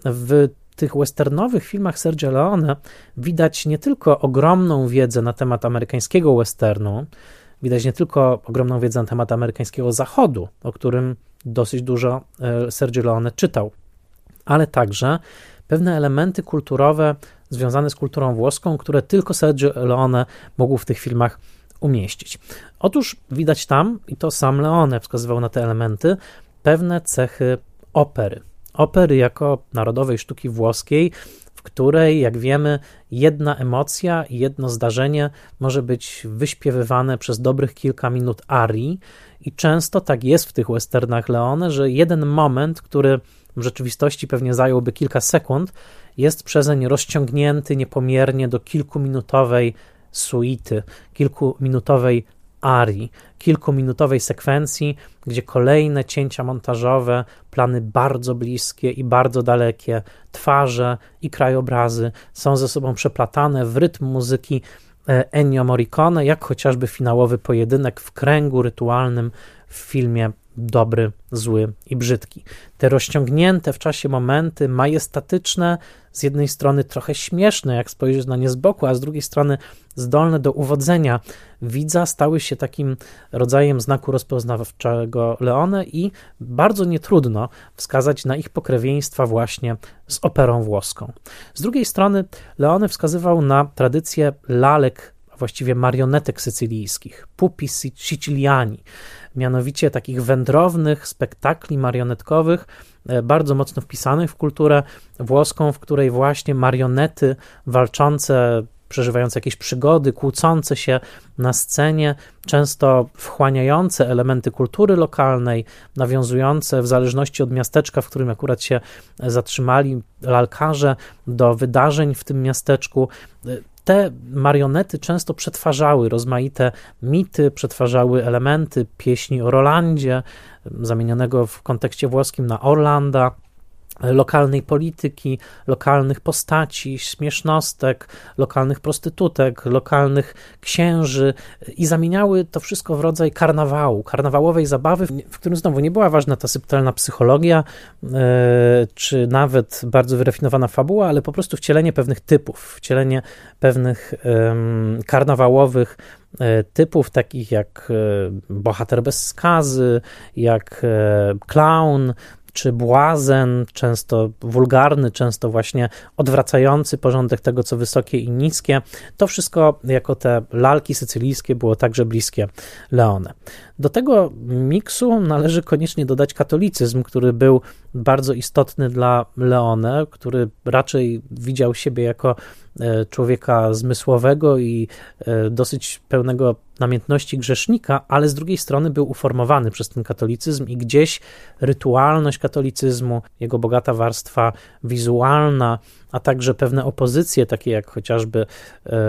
w tych westernowych filmach Sergio Leone widać nie tylko ogromną wiedzę na temat amerykańskiego westernu, widać nie tylko ogromną wiedzę na temat amerykańskiego zachodu, o którym dosyć dużo Sergio Leone czytał, ale także pewne elementy kulturowe związane z kulturą włoską, które tylko Sergio Leone mógł w tych filmach umieścić. Otóż widać tam, i to sam Leone wskazywał na te elementy, pewne cechy opery. Opery jako narodowej sztuki włoskiej, w której, jak wiemy, jedna emocja i jedno zdarzenie może być wyśpiewywane przez dobrych kilka minut arii i często tak jest w tych westernach Leone, że jeden moment, który w rzeczywistości pewnie zająłby kilka sekund, jest przezeń rozciągnięty niepomiernie do kilkuminutowej suity, kilkuminutowej arii, kilkuminutowej sekwencji, gdzie kolejne cięcia montażowe, plany bardzo bliskie i bardzo dalekie, twarze i krajobrazy są ze sobą przeplatane w rytm muzyki Ennio Morricone, jak chociażby finałowy pojedynek w kręgu rytualnym w filmie Dobry, Zły i Brzydki. Te rozciągnięte w czasie momenty, majestatyczne, z jednej strony trochę śmieszne, jak spojrzysz na nie z boku, a z drugiej strony zdolne do uwodzenia widza, stały się takim rodzajem znaku rozpoznawczego Leone i bardzo nietrudno wskazać na ich pokrewieństwa właśnie z operą włoską. Z drugiej strony Leone wskazywał na tradycję lalek, a właściwie marionetek sycylijskich, pupi siciliani, mianowicie takich wędrownych spektakli marionetkowych, bardzo mocno wpisanych w kulturę włoską, w której właśnie marionety walczące, przeżywające jakieś przygody, kłócące się na scenie, często wchłaniające elementy kultury lokalnej, nawiązujące w zależności od miasteczka, w którym akurat się zatrzymali lalkarze, do wydarzeń w tym miasteczku. Te marionety często przetwarzały rozmaite mity, przetwarzały elementy pieśni o Rolandzie, zamienionego w kontekście włoskim na Orlanda, lokalnej polityki, lokalnych postaci, śmiesznostek, lokalnych prostytutek, lokalnych księży i zamieniały to wszystko w rodzaj karnawału, karnawałowej zabawy, w którym znowu nie była ważna ta subtelna psychologia, czy nawet bardzo wyrafinowana fabuła, ale po prostu wcielenie pewnych typów, wcielenie pewnych karnawałowych typów, takich jak bohater bez skazy, jak klaun, czy błazen, często wulgarny, często właśnie odwracający porządek tego, co wysokie i niskie. To wszystko, jako te lalki sycylijskie, było także bliskie Leone. Do tego miksu należy koniecznie dodać katolicyzm, który był bardzo istotny dla Leone, który raczej widział siebie jako człowieka zmysłowego i dosyć pełnego namiętności grzesznika, ale z drugiej strony był uformowany przez ten katolicyzm i gdzieś rytualność katolicyzmu, jego bogata warstwa wizualna, a także pewne opozycje, takie jak chociażby e, e,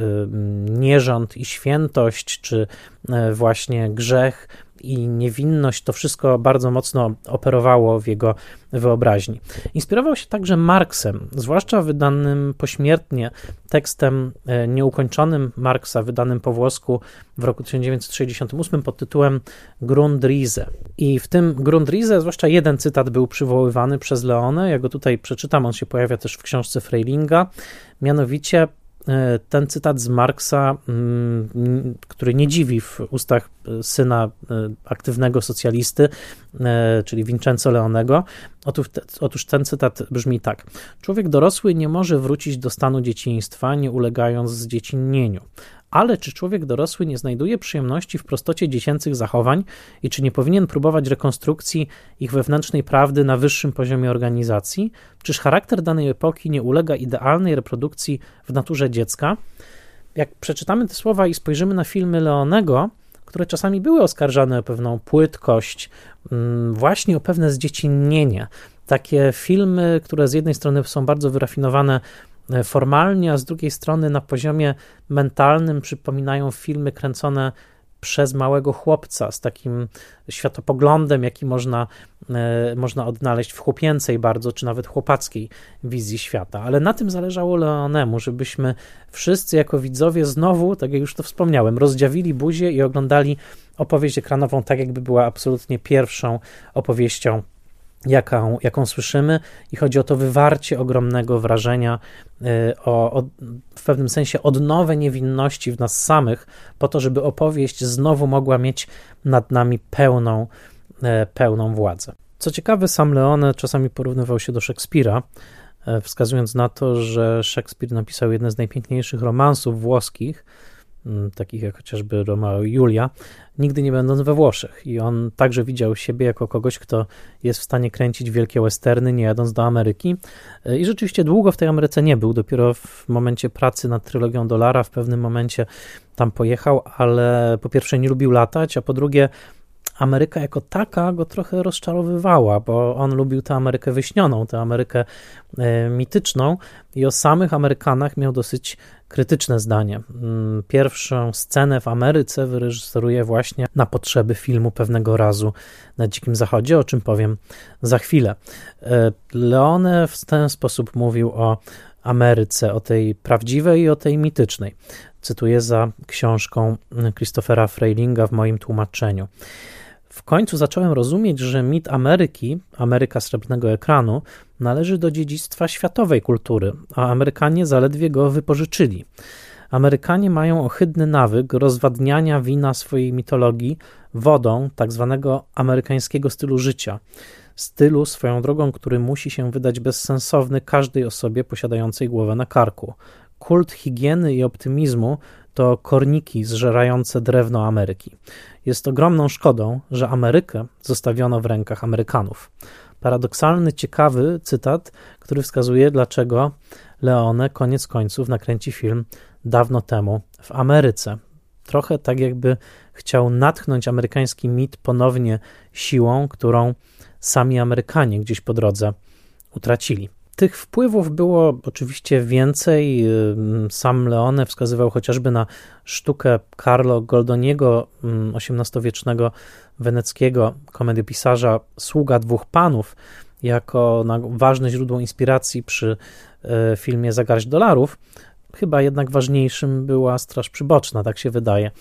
nierząd i świętość, czy e, właśnie grzech i niewinność, to wszystko bardzo mocno operowało w jego wyobraźni. Inspirował się także Marksem, zwłaszcza wydanym pośmiertnie tekstem nieukończonym Marksa, wydanym po włosku w roku tysiąc dziewięćset sześćdziesiątym ósmym pod tytułem Grundrisse. I w tym Grundrisse zwłaszcza jeden cytat był przywoływany przez Leone, ja go tutaj przeczytam, on się pojawia też w książce Freilinga, mianowicie ten cytat z Marksa, który nie dziwi w ustach syna aktywnego socjalisty, czyli Vincenzo Leonego. Otóż, otóż ten cytat brzmi tak. Człowiek dorosły nie może wrócić do stanu dzieciństwa, nie ulegając zdziecinnieniu. Ale czy człowiek dorosły nie znajduje przyjemności w prostocie dziecięcych zachowań i czy nie powinien próbować rekonstrukcji ich wewnętrznej prawdy na wyższym poziomie organizacji? Czyż charakter danej epoki nie ulega idealnej reprodukcji w naturze dziecka? Jak przeczytamy te słowa i spojrzymy na filmy Leonego, które czasami były oskarżane o pewną płytkość, właśnie o pewne zdziecinnienie. Takie filmy, które z jednej strony są bardzo wyrafinowane formalnie, a z drugiej strony na poziomie mentalnym przypominają filmy kręcone przez małego chłopca z takim światopoglądem, jaki można można odnaleźć w chłopięcej bardzo, czy nawet chłopackiej wizji świata. Ale na tym zależało Leonemu, żebyśmy wszyscy jako widzowie znowu, tak jak już to wspomniałem, rozdziawili buzię i oglądali opowieść ekranową tak, jakby była absolutnie pierwszą opowieścią, jaką, jaką słyszymy, i chodzi o to wywarcie ogromnego wrażenia, o, o w pewnym sensie odnowę niewinności w nas samych, po to, żeby opowieść znowu mogła mieć nad nami pełną, pełną władzę. Co ciekawe, sam Leone czasami porównywał się do Szekspira, wskazując na to, że Szekspir napisał jedne z najpiękniejszych romansów włoskich, takich jak chociażby Romeo i Julia, nigdy nie będąc we Włoszech. I on także widział siebie jako kogoś, kto jest w stanie kręcić wielkie westerny, nie jadąc do Ameryki. I rzeczywiście długo w tej Ameryce nie był. Dopiero w momencie pracy nad trylogią Dolara w pewnym momencie tam pojechał, ale po pierwsze nie lubił latać, a po drugie Ameryka jako taka go trochę rozczarowywała, bo on lubił tę Amerykę wyśnioną, tę Amerykę e, mityczną, i o samych Amerykanach miał dosyć krytyczne zdanie. Pierwszą scenę w Ameryce wyreżyseruje właśnie na potrzeby filmu Pewnego razu na Dzikim Zachodzie, o czym powiem za chwilę. E, Leone w ten sposób mówił o Ameryce, o tej prawdziwej i o tej mitycznej. Cytuję za książką Christophera Freilinga w moim tłumaczeniu. W końcu zacząłem rozumieć, że mit Ameryki, Ameryka srebrnego ekranu, należy do dziedzictwa światowej kultury, a Amerykanie zaledwie go wypożyczyli. Amerykanie mają ohydny nawyk rozwadniania wina swojej mitologii wodą tak zwanego amerykańskiego stylu życia. Stylu swoją drogą, który musi się wydać bezsensowny każdej osobie posiadającej głowę na karku. Kult higieny i optymizmu to korniki zżerające drewno Ameryki. Jest ogromną szkodą, że Amerykę zostawiono w rękach Amerykanów. Paradoksalny, ciekawy cytat, który wskazuje, dlaczego Leone koniec końców nakręci film dawno temu w Ameryce. Trochę tak, jakby chciał natchnąć amerykański mit ponownie siłą, którą sami Amerykanie gdzieś po drodze utracili. Tych wpływów było oczywiście więcej. Sam Leone wskazywał chociażby na sztukę Carlo Goldoniego, osiemnastowiecznego weneckiego komediopisarza Sługa dwóch panów, jako na ważne źródło inspiracji przy filmie Za garść dolarów. Chyba jednak ważniejszym była Straż Przyboczna, tak się wydaje,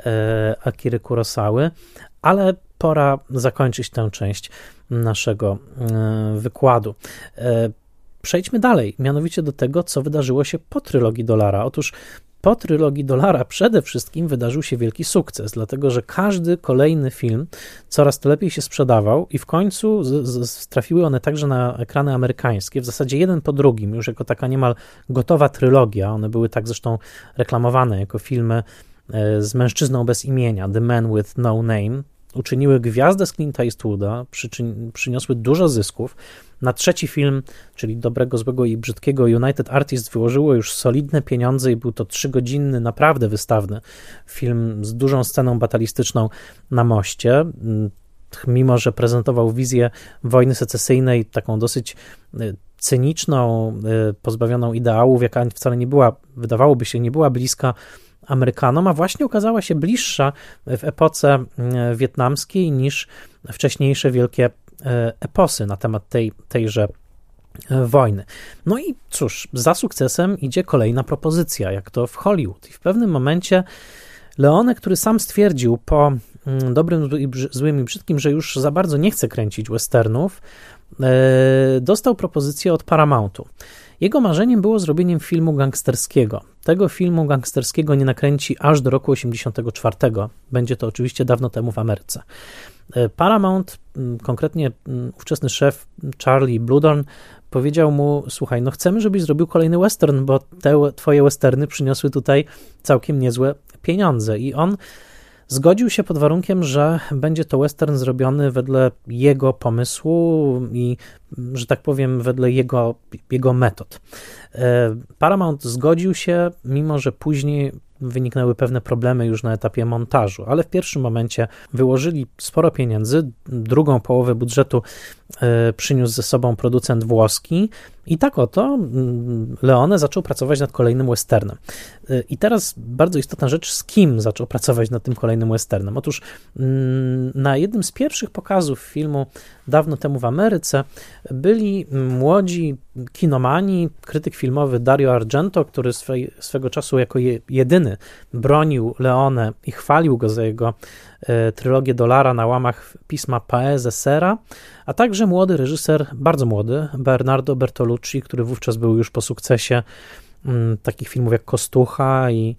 Akiry Kurosawy, ale pora zakończyć tę część naszego wykładu. Przejdźmy dalej, mianowicie do tego, co wydarzyło się po trylogii Dolara. Otóż po trylogii Dolara przede wszystkim wydarzył się wielki sukces, dlatego że każdy kolejny film coraz to lepiej się sprzedawał i w końcu z, z, trafiły one także na ekrany amerykańskie, w zasadzie jeden po drugim, już jako taka niemal gotowa trylogia. One były tak zresztą reklamowane jako filmy z mężczyzną bez imienia, The Man with No Name. Uczyniły gwiazdę z Clint'a Eastwooda, przyczyn- przyniosły dużo zysków. Na trzeci film, czyli Dobrego, Złego i Brzydkiego, United Artists wyłożyło już solidne pieniądze i był to trzygodzinny, naprawdę wystawny film z dużą sceną batalistyczną na moście. Mimo że prezentował wizję wojny secesyjnej, taką dosyć cyniczną, pozbawioną ideałów, jaka wcale nie była, wydawałoby się, nie była bliska Amerykanom, a właśnie okazała się bliższa w epoce wietnamskiej niż wcześniejsze wielkie eposy na temat tej, tejże wojny. No i cóż, za sukcesem idzie kolejna propozycja, jak to w Hollywood. I w pewnym momencie Leone, który sam stwierdził po Dobrym, Złym i Brzydkim, że już za bardzo nie chce kręcić westernów, dostał propozycję od Paramountu. Jego marzeniem było zrobieniem filmu gangsterskiego. Tego filmu gangsterskiego nie nakręci aż do roku osiemdziesiątego czwartego. Będzie to oczywiście dawno temu w Ameryce. Paramount, konkretnie ówczesny szef Charlie Bluhdorn, powiedział mu: słuchaj, no chcemy, żebyś zrobił kolejny western, bo te twoje westerny przyniosły tutaj całkiem niezłe pieniądze. I on zgodził się pod warunkiem, że będzie to western zrobiony wedle jego pomysłu i, że tak powiem, wedle jego, jego metod. Paramount zgodził się, mimo że później wyniknęły pewne problemy już na etapie montażu, ale w pierwszym momencie wyłożyli sporo pieniędzy, drugą połowę budżetu przyniósł ze sobą producent włoski i tak oto Leone zaczął pracować nad kolejnym westernem. I teraz bardzo istotna rzecz, z kim zaczął pracować nad tym kolejnym westernem. Otóż na jednym z pierwszych pokazów filmu dawno temu w Ameryce byli młodzi kinomani, krytyk filmowy Dario Argento, który swej, swego czasu jako je, jedyny bronił Leone i chwalił go za jego e, trylogię Dolara na łamach pisma Paese Sera, a także młody reżyser, bardzo młody, Bernardo Bertolucci, który wówczas był już po sukcesie m, takich filmów jak Kostucha i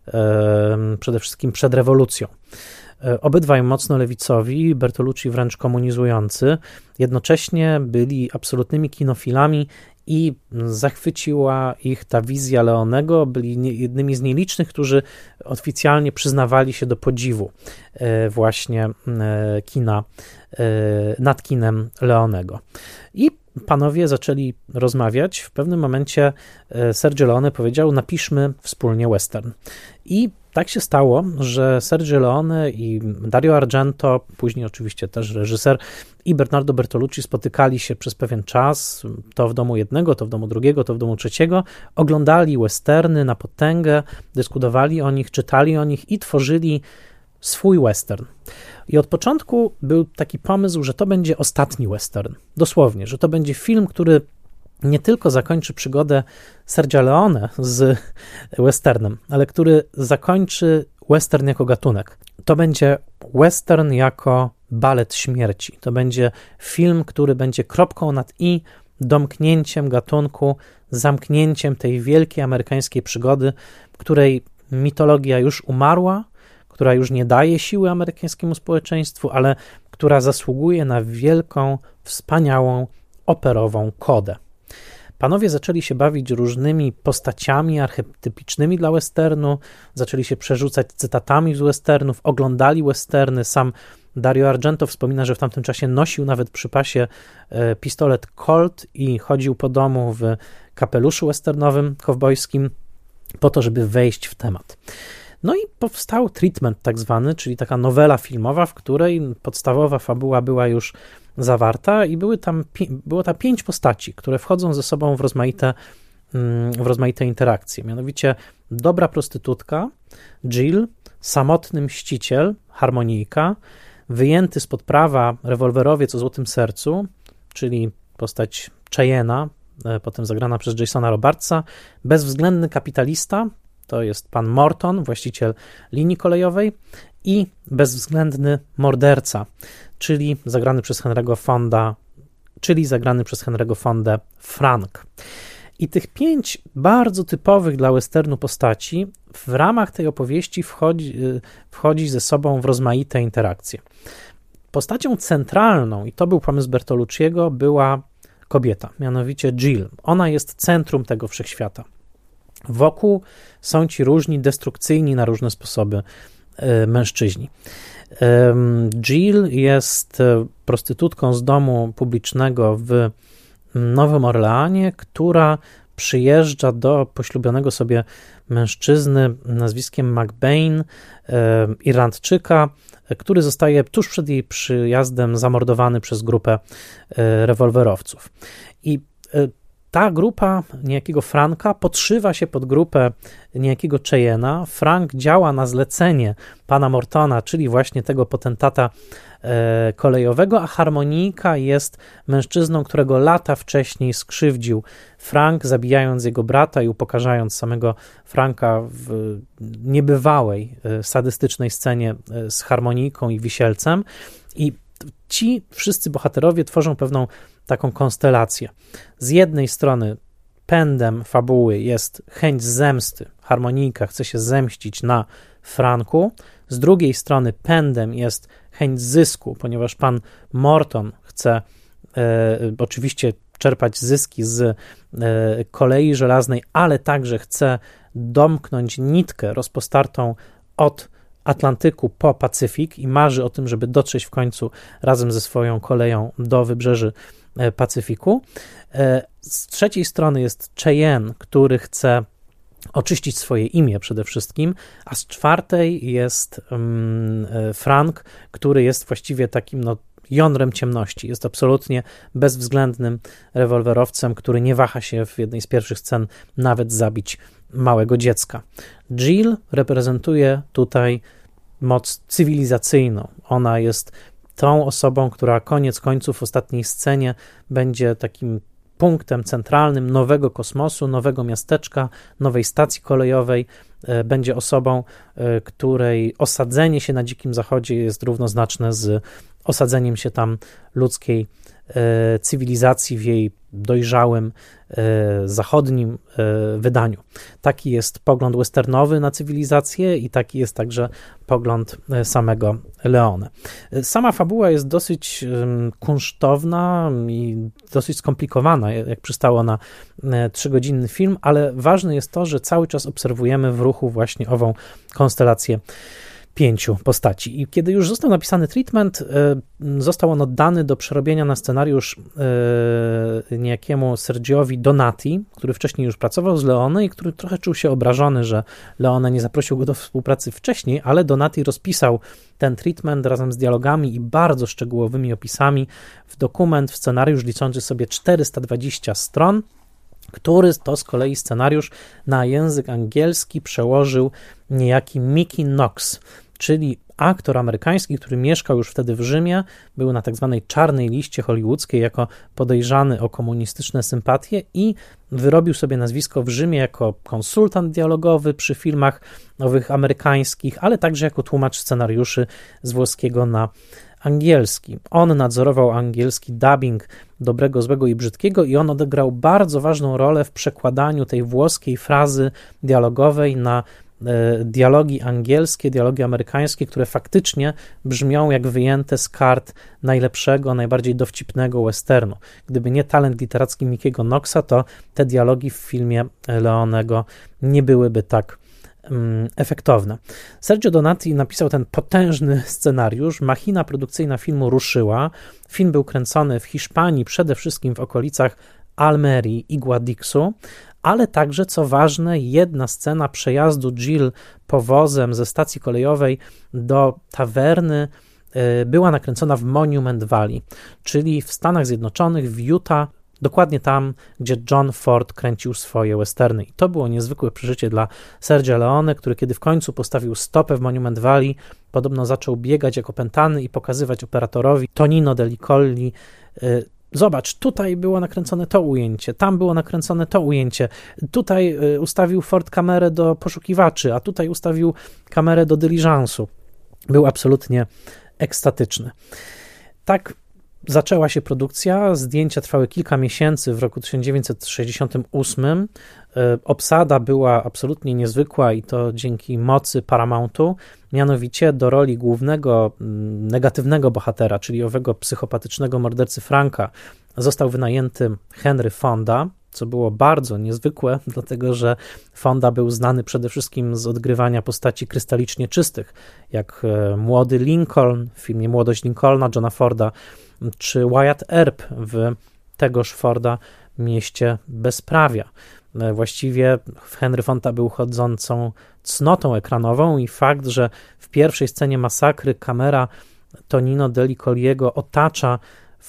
e, przede wszystkim przed rewolucją. Obydwaj mocno lewicowi, Bertolucci wręcz komunizujący, jednocześnie byli absolutnymi kinofilami i zachwyciła ich ta wizja Leonego, byli jednymi z nielicznych, którzy oficjalnie przyznawali się do podziwu właśnie kina, nad kinem Leonego. I panowie zaczęli rozmawiać. W pewnym momencie Sergio Leone powiedział: napiszmy wspólnie western. I tak się stało, że Sergio Leone i Dario Argento, później oczywiście też reżyser, i Bernardo Bertolucci spotykali się przez pewien czas, to w domu jednego, to w domu drugiego, to w domu trzeciego, oglądali westerny na potęgę, dyskutowali o nich, czytali o nich i tworzyli swój western. I od początku był taki pomysł, że to będzie ostatni western. Dosłownie, że to będzie film, który nie tylko zakończy przygodę Sergia Leone z westernem, ale który zakończy western jako gatunek. To będzie western jako balet śmierci. To będzie film, który będzie kropką nad i, domknięciem gatunku, zamknięciem tej wielkiej amerykańskiej przygody, której mitologia już umarła, która już nie daje siły amerykańskiemu społeczeństwu, ale która zasługuje na wielką, wspaniałą, operową kodę. Panowie zaczęli się bawić różnymi postaciami archetypicznymi dla westernu, zaczęli się przerzucać cytatami z westernów, oglądali westerny. Sam Dario Argento wspomina, że w tamtym czasie nosił nawet przy pasie pistolet Colt i chodził po domu w kapeluszu westernowym, kowbojskim, po to, żeby wejść w temat. No i powstał treatment tak zwany, czyli taka nowela filmowa, w której podstawowa fabuła była już zawarta i były tam, było tam pięć postaci, które wchodzą ze sobą w rozmaite, w rozmaite interakcje. Mianowicie dobra prostytutka, Jill, samotny mściciel, harmonijka, wyjęty spod prawa rewolwerowiec o złotym sercu, czyli postać Cheyena, potem zagrana przez Jasona Robartsa, bezwzględny kapitalista, to jest pan Morton, właściciel linii kolejowej, i bezwzględny morderca, czyli zagrany przez Henry'ego Fonda, czyli zagrany przez Henry'ego Fondę Frank. I tych pięć bardzo typowych dla westernu postaci w ramach tej opowieści wchodzi, wchodzi ze sobą w rozmaite interakcje. Postacią centralną, i to był pomysł Bertolucciego, była kobieta, mianowicie Jill. Ona jest centrum tego wszechświata. Wokół są ci różni, destrukcyjni na różne sposoby y, mężczyźni. Y, Jill jest prostytutką z domu publicznego w Nowym Orleanie, która przyjeżdża do poślubionego sobie mężczyzny nazwiskiem McBain, y, Irlandczyka, który zostaje tuż przed jej przyjazdem zamordowany przez grupę y, rewolwerowców. I y, ta grupa niejakiego Franka podszywa się pod grupę niejakiego Cheyena. Frank działa na zlecenie pana Mortona, czyli właśnie tego potentata e, kolejowego, a harmonijka jest mężczyzną, którego lata wcześniej skrzywdził Frank, zabijając jego brata i upokarzając samego Franka w niebywałej, e, sadystycznej scenie e, z harmonijką i wisielcem. I ci wszyscy bohaterowie tworzą pewną taką konstelację. Z jednej strony pędem fabuły jest chęć zemsty. Harmonijka chce się zemścić na Franku. Z drugiej strony pędem jest chęć zysku, ponieważ pan Morton chce e, oczywiście czerpać zyski z e, kolei żelaznej, ale także chce domknąć nitkę rozpostartą od Atlantyku po Pacyfik i marzy o tym, żeby dotrzeć w końcu razem ze swoją koleją do wybrzeży Pacyfiku. Z trzeciej strony jest Cheyenne, który chce oczyścić swoje imię przede wszystkim, a z czwartej jest um, Frank, który jest właściwie takim no, jądrem ciemności. Jest absolutnie bezwzględnym rewolwerowcem, który nie waha się w jednej z pierwszych scen nawet zabić małego dziecka. Jill reprezentuje tutaj moc cywilizacyjną. Ona jest tą osobą, która koniec końców w ostatniej scenie będzie takim punktem centralnym nowego kosmosu, nowego miasteczka, nowej stacji kolejowej. Będzie osobą, której osadzenie się na Dzikim Zachodzie jest równoznaczne z osadzeniem się tam ludzkiej cywilizacji w jej dojrzałym, zachodnim wydaniu. Taki jest pogląd westernowy na cywilizację i taki jest także pogląd samego Leone. Sama fabuła jest dosyć kunsztowna i dosyć skomplikowana, jak przystało na trzygodzinny film, ale ważne jest to, że cały czas obserwujemy w ruchu właśnie ową konstelację pięciu postaci. I kiedy już został napisany treatment, został on oddany do przerobienia na scenariusz niejakiemu Sergiowi Donati, który wcześniej już pracował z Leone i który trochę czuł się obrażony, że Leone nie zaprosił go do współpracy wcześniej, ale Donati rozpisał ten treatment razem z dialogami i bardzo szczegółowymi opisami w dokument, w scenariusz liczący sobie czterysta dwadzieścia stron, który to z kolei scenariusz na język angielski przełożył niejaki Mickey Knox, czyli aktor amerykański, który mieszkał już wtedy w Rzymie, był na tak zwanej czarnej liście hollywoodzkiej jako podejrzany o komunistyczne sympatie i wyrobił sobie nazwisko w Rzymie jako konsultant dialogowy przy filmach nowych amerykańskich, ale także jako tłumacz scenariuszy z włoskiego na angielski. On nadzorował angielski dubbing Dobrego, Złego i Brzydkiego i on odegrał bardzo ważną rolę w przekładaniu tej włoskiej frazy dialogowej na dialogi angielskie, dialogi amerykańskie, które faktycznie brzmią jak wyjęte z kart najlepszego, najbardziej dowcipnego westernu. Gdyby nie talent literacki Mickiego Knoxa, to te dialogi w filmie Leonego nie byłyby tak um, efektowne. Sergio Donati napisał ten potężny scenariusz. Machina produkcyjna filmu ruszyła. Film był kręcony w Hiszpanii, przede wszystkim w okolicach Almerii i Guadixu, ale także, co ważne, jedna scena przejazdu Jill powozem ze stacji kolejowej do tawerny była nakręcona w Monument Valley, czyli w Stanach Zjednoczonych, w Utah, dokładnie tam, gdzie John Ford kręcił swoje westerny. I to było niezwykłe przeżycie dla Sergia Leone, który kiedy w końcu postawił stopę w Monument Valley, podobno zaczął biegać jak opętany i pokazywać operatorowi Tonino Delli Colli: zobacz, tutaj było nakręcone to ujęcie, tam było nakręcone to ujęcie, tutaj ustawił Ford kamerę do poszukiwaczy, a tutaj ustawił kamerę do dyliżansu. Był absolutnie ekstatyczny. Tak zaczęła się produkcja, zdjęcia trwały kilka miesięcy w roku tysiąc dziewięćset sześćdziesiątym ósmym. Obsada była absolutnie niezwykła i to dzięki mocy Paramountu, mianowicie do roli głównego negatywnego bohatera, czyli owego psychopatycznego mordercy Franka, został wynajęty Henry Fonda, co było bardzo niezwykłe, dlatego że Fonda był znany przede wszystkim z odgrywania postaci krystalicznie czystych, jak młody Lincoln w filmie Młodość Lincolna, Johna Forda, czy Wyatt Earp w tegoż Forda Mieście Bezprawia. Właściwie Henry Fonda był chodzącą cnotą ekranową i fakt, że w pierwszej scenie masakry kamera Tonino Delli Colliego otacza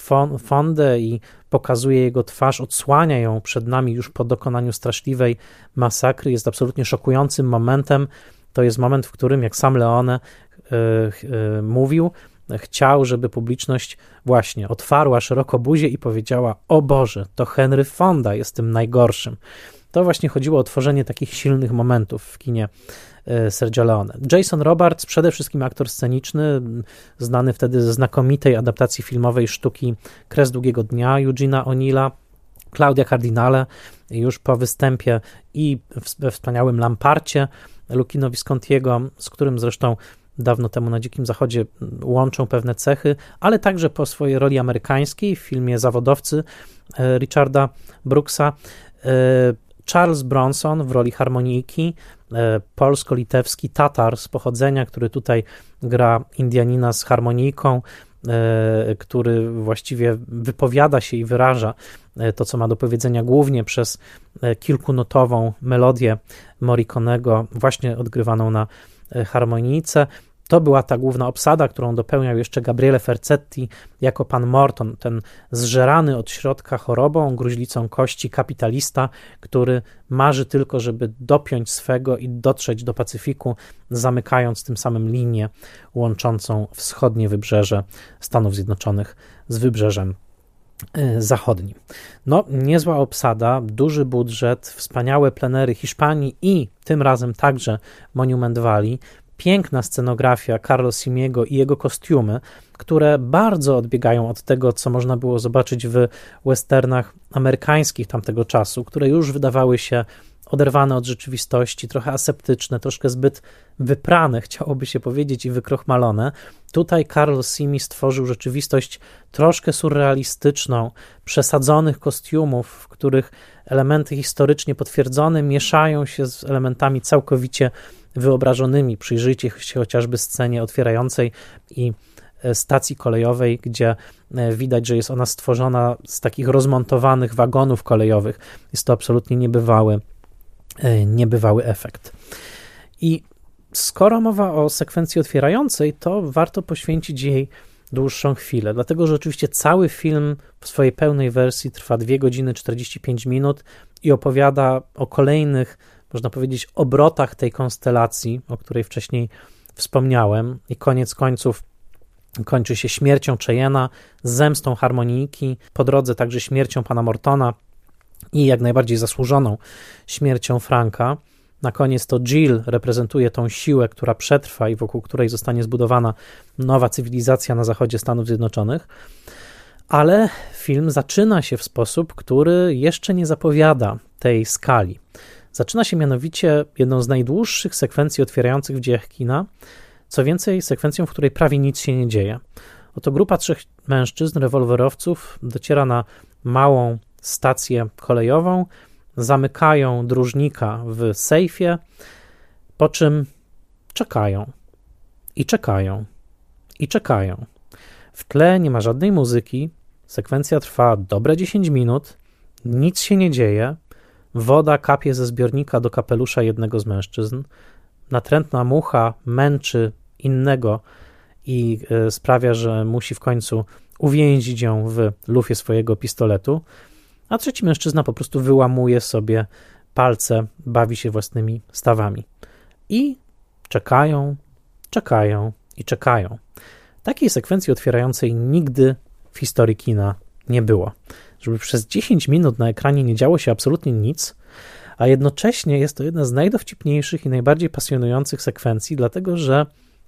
Fondę i pokazuje jego twarz, odsłania ją przed nami już po dokonaniu straszliwej masakry, jest absolutnie szokującym momentem. To jest moment, w którym, jak sam Leone yy, yy, mówił, chciał, żeby publiczność właśnie otwarła szeroko buzię i powiedziała: o Boże, to Henry Fonda jest tym najgorszym. To właśnie chodziło o tworzenie takich silnych momentów w kinie Sergio Leone. Jason Robards, przede wszystkim aktor sceniczny, znany wtedy ze znakomitej adaptacji filmowej sztuki Kres długiego dnia Eugene'a O'Neilla, Claudia Cardinale, już po występie i we wspaniałym Lamparcie Luchino Viscontiego, z którym zresztą dawno temu na Dzikim Zachodzie łączą pewne cechy, ale także po swojej roli amerykańskiej w filmie Zawodowcy Richarda Brooksa, Charles Bronson w roli harmonijki, polsko-litewski Tatar z pochodzenia, który tutaj gra Indianina z harmonijką, który właściwie wypowiada się i wyraża to, co ma do powiedzenia, głównie przez kilkunotową melodię Morriconego, właśnie odgrywaną na harmonijce. To była ta główna obsada, którą dopełniał jeszcze Gabriele Ferzetti jako pan Morton, ten zżerany od środka chorobą, gruźlicą kości kapitalista, który marzy tylko, żeby dopiąć swego i dotrzeć do Pacyfiku, zamykając tym samym linię łączącą wschodnie wybrzeże Stanów Zjednoczonych z wybrzeżem zachodnim. No, niezła obsada, duży budżet, wspaniałe plenery Hiszpanii i tym razem także Monument Valley, piękna scenografia Carlo Simiego i jego kostiumy, które bardzo odbiegają od tego, co można było zobaczyć w westernach amerykańskich tamtego czasu, które już wydawały się oderwane od rzeczywistości, trochę aseptyczne, troszkę zbyt wyprane, chciałoby się powiedzieć, i wykrochmalone. Tutaj Carlo Simi stworzył rzeczywistość troszkę surrealistyczną, przesadzonych kostiumów, w których elementy historycznie potwierdzone mieszają się z elementami całkowicie wyobrażonymi. Przyjrzyjcie się chociażby scenie otwierającej i stacji kolejowej, gdzie widać, że jest ona stworzona z takich rozmontowanych wagonów kolejowych. Jest to absolutnie niebywały, niebywały efekt. I skoro mowa o sekwencji otwierającej, to warto poświęcić jej dłuższą chwilę, dlatego że oczywiście cały film w swojej pełnej wersji trwa dwie godziny czterdzieści pięć minut i opowiada o kolejnych, można powiedzieć, obrotach tej konstelacji, o której wcześniej wspomniałem, i koniec końców kończy się śmiercią Cheyena, zemstą harmonijki, po drodze także śmiercią pana Mortona i jak najbardziej zasłużoną śmiercią Franka. Na koniec to Jill reprezentuje tą siłę, która przetrwa i wokół której zostanie zbudowana nowa cywilizacja na zachodzie Stanów Zjednoczonych, ale film zaczyna się w sposób, który jeszcze nie zapowiada tej skali. Zaczyna się mianowicie jedną z najdłuższych sekwencji otwierających w dziejach kina, co więcej sekwencją, w której prawie nic się nie dzieje. Oto grupa trzech mężczyzn, rewolwerowców, dociera na małą stację kolejową, zamykają dróżnika w sejfie, po czym czekają i czekają i czekają. W tle nie ma żadnej muzyki, sekwencja trwa dobre dziesięć minut, nic się nie dzieje, woda kapie ze zbiornika do kapelusza jednego z mężczyzn, natrętna mucha męczy innego i sprawia, że musi w końcu uwięzić ją w lufie swojego pistoletu, a trzeci mężczyzna po prostu wyłamuje sobie palce, bawi się własnymi stawami. I czekają, czekają i czekają. Takiej sekwencji otwierającej nigdy w historii kina nie było. Żeby przez dziesięć minut na ekranie nie działo się absolutnie nic, a jednocześnie jest to jedna z najdowcipniejszych i najbardziej pasjonujących sekwencji, dlatego że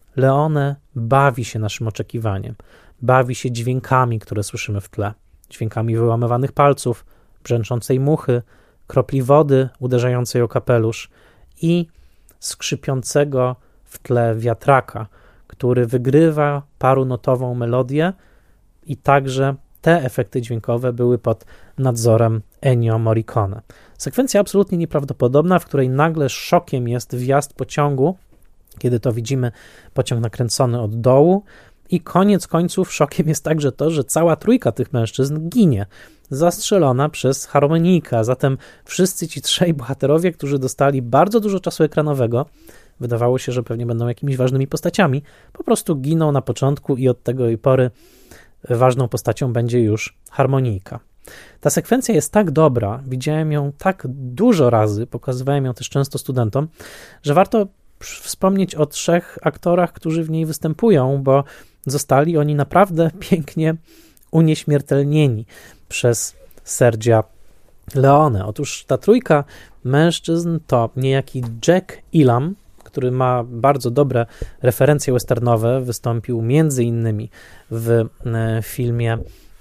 Leone bawi się naszym oczekiwaniem, bawi się dźwiękami, które słyszymy w tle, dźwiękami wyłamywanych palców, brzęczącej muchy, kropli wody uderzającej o kapelusz i skrzypiącego w tle wiatraka, który wygrywa parunotową melodię, i także te efekty dźwiękowe były pod nadzorem Ennio Morricone. Sekwencja absolutnie nieprawdopodobna, w której nagle szokiem jest wjazd pociągu, kiedy to widzimy pociąg nakręcony od dołu, i koniec końców szokiem jest także to, że cała trójka tych mężczyzn ginie, zastrzelona przez harmonijkę, a zatem wszyscy ci trzej bohaterowie, którzy dostali bardzo dużo czasu ekranowego, wydawało się, że pewnie będą jakimiś ważnymi postaciami, po prostu giną na początku i od tego i pory ważną postacią będzie już harmonijka. Ta sekwencja jest tak dobra, widziałem ją tak dużo razy, pokazywałem ją też często studentom, że warto wspomnieć o trzech aktorach, którzy w niej występują, bo zostali oni naprawdę pięknie unieśmiertelnieni przez Sergia Leone. Otóż ta trójka mężczyzn to niejaki Jack Elam, który ma bardzo dobre referencje westernowe, wystąpił między innymi w filmie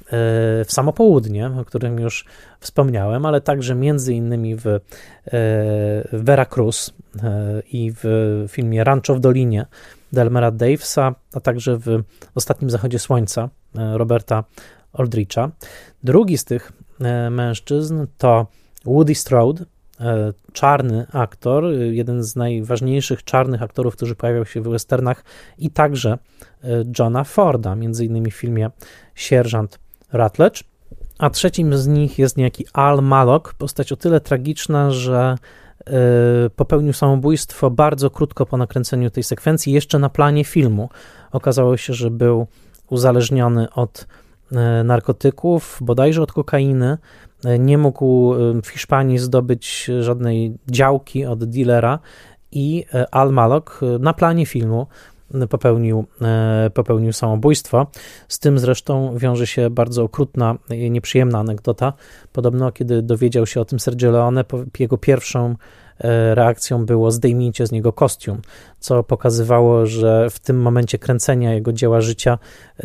W samo południe, o którym już wspomniałem, ale także między innymi w Veracruz i w filmie Rancho w Dolinie Delmera Davesa, a także w Ostatnim zachodzie słońca Roberta Aldricha. Drugi z tych mężczyzn to Woody Strode, czarny aktor, jeden z najważniejszych czarnych aktorów, którzy pojawiał się w westernach i także Johna Forda, między innymi w filmie Sierżant Rutledge, a trzecim z nich jest niejaki Al Mallock, postać o tyle tragiczna, że popełnił samobójstwo bardzo krótko po nakręceniu tej sekwencji, jeszcze na planie filmu. Okazało się, że był uzależniony od narkotyków, bodajże od kokainy, nie mógł w Hiszpanii zdobyć żadnej działki od dealera i Al Mallock na planie filmu popełnił, popełnił samobójstwo. Z tym zresztą wiąże się bardzo okrutna, nieprzyjemna anegdota. Podobno, kiedy dowiedział się o tym Sergio Leone, jego pierwszą reakcją było zdejmijcie z niego kostium, co pokazywało, że w tym momencie kręcenia jego dzieła życia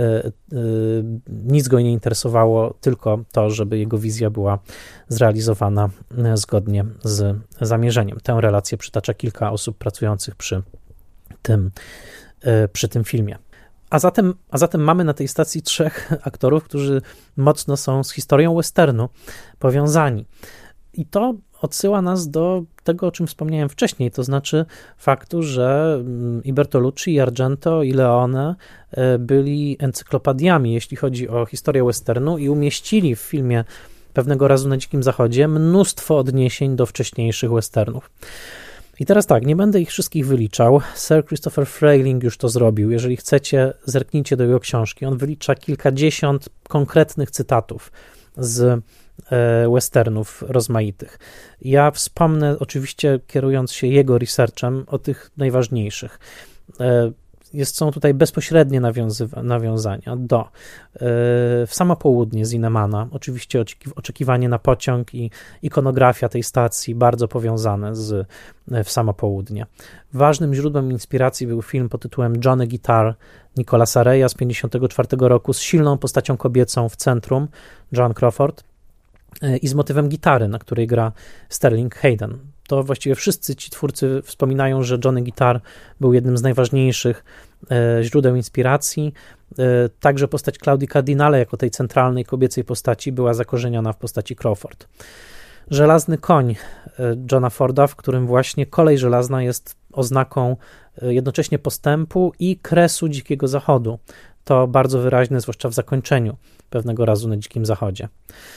nic go nie interesowało, tylko to, żeby jego wizja była zrealizowana zgodnie z zamierzeniem. Tę relację przytacza kilka osób pracujących przy tym, przy tym filmie. A zatem, a zatem mamy na tej stacji trzech aktorów, którzy mocno są z historią westernu powiązani. I to odsyła nas do tego, o czym wspomniałem wcześniej, to znaczy faktu, że i Bertolucci, i Argento, i Leone byli encyklopediami, jeśli chodzi o historię westernu i umieścili w filmie Pewnego razu na Dzikim Zachodzie mnóstwo odniesień do wcześniejszych westernów. I teraz tak, nie będę ich wszystkich wyliczał. Sir Christopher Frayling już to zrobił. Jeżeli chcecie, zerknijcie do jego książki. On wylicza kilkadziesiąt konkretnych cytatów z westernów rozmaitych. Ja wspomnę, oczywiście kierując się jego researchem, o tych najważniejszych. Jest, są tutaj bezpośrednie nawiązywa, nawiązania do w Samo Południe Zinnemana, oczywiście Oczekiwanie na pociąg i ikonografia tej stacji bardzo powiązane z W Samo Południe. Ważnym źródłem inspiracji był film pod tytułem Johnny Guitar Nicolasa Reya z pięćdziesiątego czwartego roku z silną postacią kobiecą w centrum, Joan Crawford, i z motywem gitary, na której gra Sterling Hayden. To właściwie wszyscy ci twórcy wspominają, że Johnny Guitar był jednym z najważniejszych e, źródeł inspiracji. E, także postać Claudii Cardinale jako tej centralnej kobiecej postaci była zakorzeniona w postaci Crawford. Żelazny koń e, Johna Forda, w którym właśnie kolej żelazna jest oznaką e, jednocześnie postępu i kresu Dzikiego Zachodu. To bardzo wyraźne, zwłaszcza w zakończeniu Pewnego razu na Dzikim Zachodzie.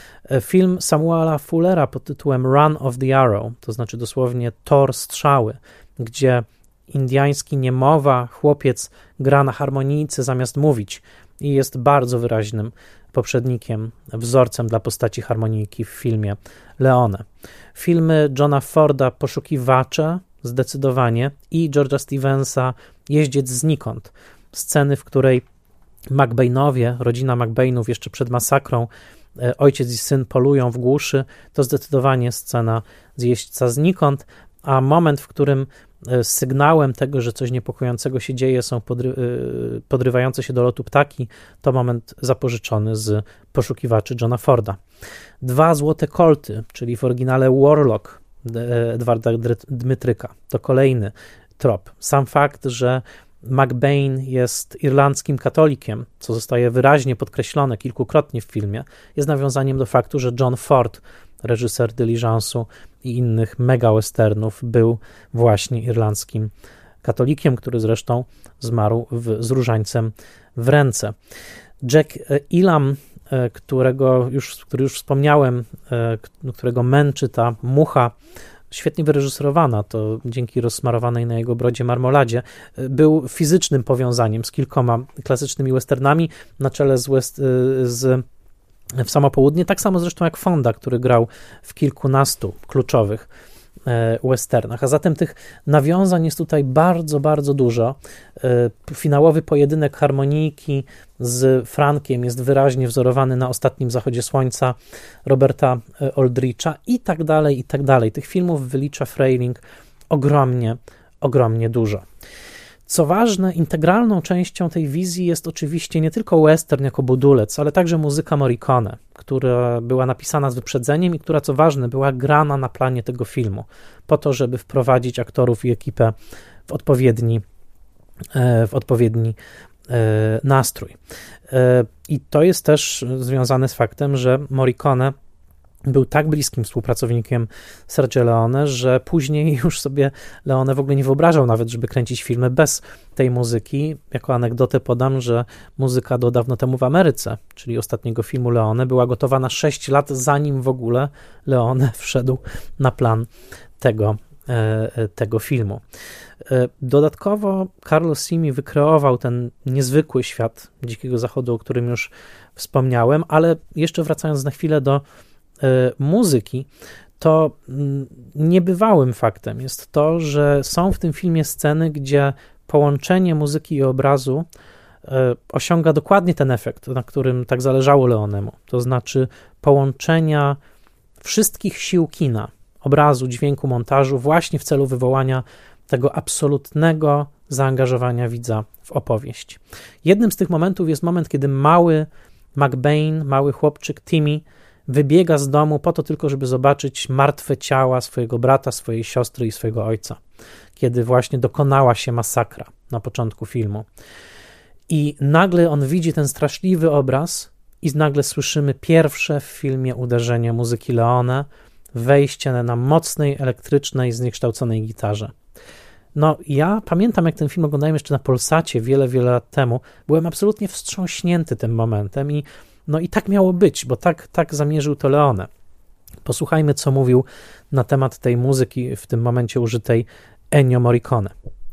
Film Samuela Fullera pod tytułem Run of the Arrow, to znaczy dosłownie tor strzały, gdzie indiański niemowa, chłopiec gra na harmonijce zamiast mówić i jest bardzo wyraźnym poprzednikiem, wzorcem dla postaci harmonijki w filmie Leone. Filmy Johna Forda Poszukiwacze zdecydowanie i George'a Stevensa Jeździec znikąd. Sceny, w której McBainowie, rodzina McBainów jeszcze przed masakrą, ojciec i syn polują w głuszy, to zdecydowanie scena z Jeźdźca znikąd, a moment, w którym sygnałem tego, że coś niepokojącego się dzieje, są podry- podrywające się do lotu ptaki, to moment zapożyczony z Poszukiwaczy Johna Forda. Dwa złote kolty, czyli w oryginale Warlock Edwarda Dmytryka, to kolejny trop. Sam fakt, że McBain jest irlandzkim katolikiem, co zostaje wyraźnie podkreślone kilkukrotnie w filmie, jest nawiązaniem do faktu, że John Ford, reżyser Diligence'u i innych mega westernów, był właśnie irlandzkim katolikiem, który zresztą zmarł w, z różańcem w ręce. Jack Elam, którego już, który już wspomniałem, którego męczy ta mucha, świetnie wyreżyserowana, to dzięki rozsmarowanej na jego brodzie marmoladzie, był fizycznym powiązaniem z kilkoma klasycznymi westernami na czele z, west, z W Samo Południe, tak samo zresztą jak Fonda, który grał w kilkunastu kluczowych westernach. A zatem tych nawiązań jest tutaj bardzo, bardzo dużo. Finałowy pojedynek harmonijki z Frankiem jest wyraźnie wzorowany na Ostatnim Zachodzie Słońca Roberta Aldricha i tak dalej, i tak dalej. Tych filmów wylicza Frayling ogromnie, ogromnie dużo. Co ważne, integralną częścią tej wizji jest oczywiście nie tylko western jako budulec, ale także muzyka Morricone, która była napisana z wyprzedzeniem i która, co ważne, była grana na planie tego filmu, po to, żeby wprowadzić aktorów i ekipę w odpowiedni, w odpowiedni nastrój. I to jest też związane z faktem, że Morricone był tak bliskim współpracownikiem Sergio Leone, że później już sobie Leone w ogóle nie wyobrażał nawet, żeby kręcić filmy bez tej muzyki. Jako anegdotę podam, że muzyka do Dawno temu w Ameryce, czyli ostatniego filmu Leone, była gotowa na sześć lat, zanim w ogóle Leone wszedł na plan tego, tego filmu. Dodatkowo Carlos Simi wykreował ten niezwykły świat Dzikiego Zachodu, o którym już wspomniałem, ale jeszcze wracając na chwilę do muzyki, to niebywałym faktem jest to, że są w tym filmie sceny, gdzie połączenie muzyki i obrazu osiąga dokładnie ten efekt, na którym tak zależało Leonemu, to znaczy połączenia wszystkich sił kina, obrazu, dźwięku, montażu właśnie w celu wywołania tego absolutnego zaangażowania widza w opowieść. Jednym z tych momentów jest moment, kiedy mały McBain, mały chłopczyk Timmy wybiega z domu po to tylko, żeby zobaczyć martwe ciała swojego brata, swojej siostry i swojego ojca, kiedy właśnie dokonała się masakra na początku filmu. I nagle on widzi ten straszliwy obraz i nagle słyszymy pierwsze w filmie uderzenie muzyki Leone, wejście na mocnej, elektrycznej, zniekształconej gitarze. No, ja pamiętam, jak ten film oglądałem jeszcze na Polsacie wiele, wiele lat temu. Byłem absolutnie wstrząśnięty tym momentem i no i tak miało być, bo tak, tak zamierzył to Leone. Posłuchajmy, co mówił na temat tej muzyki w tym momencie użytej Ennio Morricone.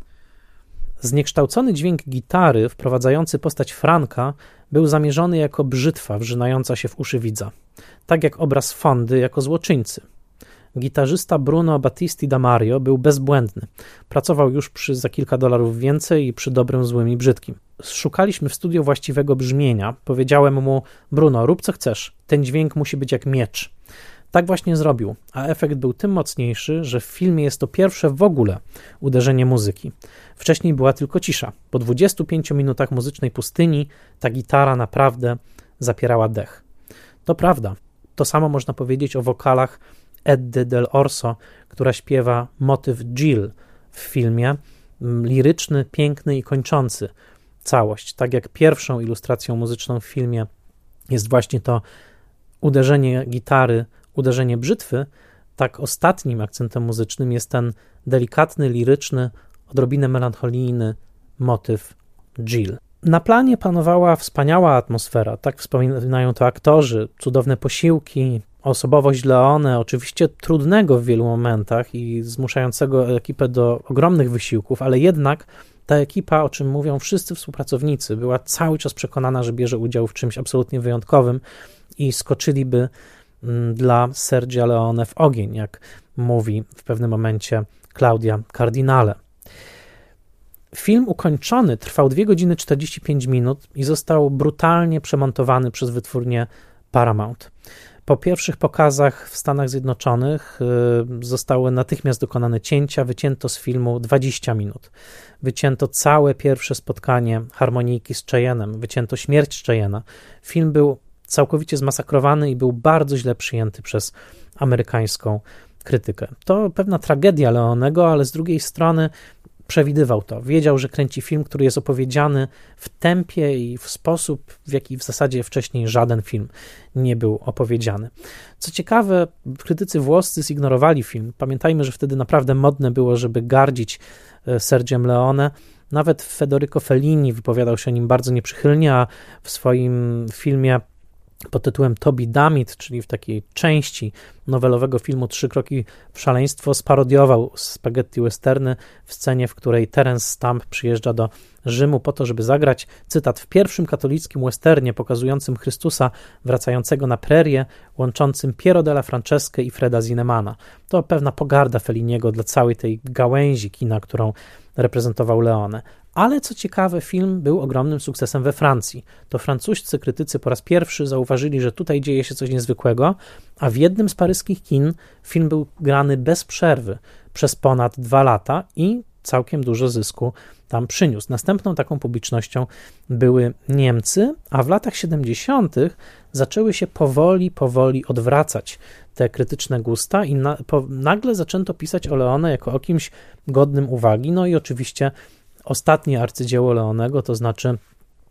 Zniekształcony dźwięk gitary wprowadzający postać Franka był zamierzony jako brzytwa wrzynająca się w uszy widza, tak jak obraz Fondy jako złoczyńcy. Gitarzysta Bruno Battisti da Mario był bezbłędny. Pracował już przy za kilka dolarów więcej i przy dobrym, złym i brzydkim. Szukaliśmy w studio właściwego brzmienia. Powiedziałem mu: Bruno, rób co chcesz. Ten dźwięk musi być jak miecz. Tak właśnie zrobił, a efekt był tym mocniejszy, że w filmie jest to pierwsze w ogóle uderzenie muzyki. Wcześniej była tylko cisza. Po dwudziestu pięciu minutach muzycznej pustyni ta gitara naprawdę zapierała dech. To prawda. To samo można powiedzieć o wokalach Eddy del Orso, która śpiewa motyw Jill w filmie, liryczny, piękny i kończący całość. Tak jak pierwszą ilustracją muzyczną w filmie jest właśnie to uderzenie gitary, uderzenie brzytwy, tak ostatnim akcentem muzycznym jest ten delikatny, liryczny, odrobinę melancholijny motyw Jill. Na planie panowała wspaniała atmosfera, tak wspominają to aktorzy, cudowne posiłki, osobowość Leone, oczywiście trudnego w wielu momentach i zmuszającego ekipę do ogromnych wysiłków, ale jednak ta ekipa, o czym mówią wszyscy współpracownicy, była cały czas przekonana, że bierze udział w czymś absolutnie wyjątkowym i skoczyliby dla Sergia Leone w ogień, jak mówi w pewnym momencie Claudia Cardinale. Film ukończony trwał dwie godziny czterdzieści pięć minut i został brutalnie przemontowany przez wytwórnię Paramount. Po pierwszych pokazach w Stanach Zjednoczonych y, zostały natychmiast dokonane cięcia, wycięto z filmu dwadzieścia minut. Wycięto całe pierwsze spotkanie harmonijki z Cheyennem, wycięto śmierć Cheyena. Film był całkowicie zmasakrowany i był bardzo źle przyjęty przez amerykańską krytykę. To pewna tragedia Leonego, ale z drugiej strony przewidywał to. Wiedział, że kręci film, który jest opowiedziany w tempie i w sposób, w jaki w zasadzie wcześniej żaden film nie był opowiedziany. Co ciekawe, krytycy włoscy zignorowali film. Pamiętajmy, że wtedy naprawdę modne było, żeby gardzić Sergiem Leone. Nawet Federico Fellini wypowiadał się o nim bardzo nieprzychylnie, a w swoim filmie pod tytułem Toby Dammit, czyli w takiej części nowelowego filmu Trzy kroki w szaleństwo, sparodiował spaghetti westerny w scenie, w której Terence Stamp przyjeżdża do Rzymu po to, żeby zagrać, cytat, w pierwszym katolickim westernie pokazującym Chrystusa wracającego na prerię, łączącym Piero della Francesca i Freda Zinnemana. To pewna pogarda Felliniego dla całej tej gałęzi kina, którą reprezentował Leone. Ale co ciekawe, film był ogromnym sukcesem we Francji. To francuscy krytycy po raz pierwszy zauważyli, że tutaj dzieje się coś niezwykłego, a w jednym z paryskich kin film był grany bez przerwy przez ponad dwa lata i całkiem dużo zysku tam przyniósł. Następną taką publicznością były Niemcy, a w latach siedemdziesiątych zaczęły się powoli, powoli odwracać te krytyczne gusta i na, po, nagle zaczęto pisać o Leone jako o kimś godnym uwagi. No i oczywiście ostatnie arcydzieło Leonego, to znaczy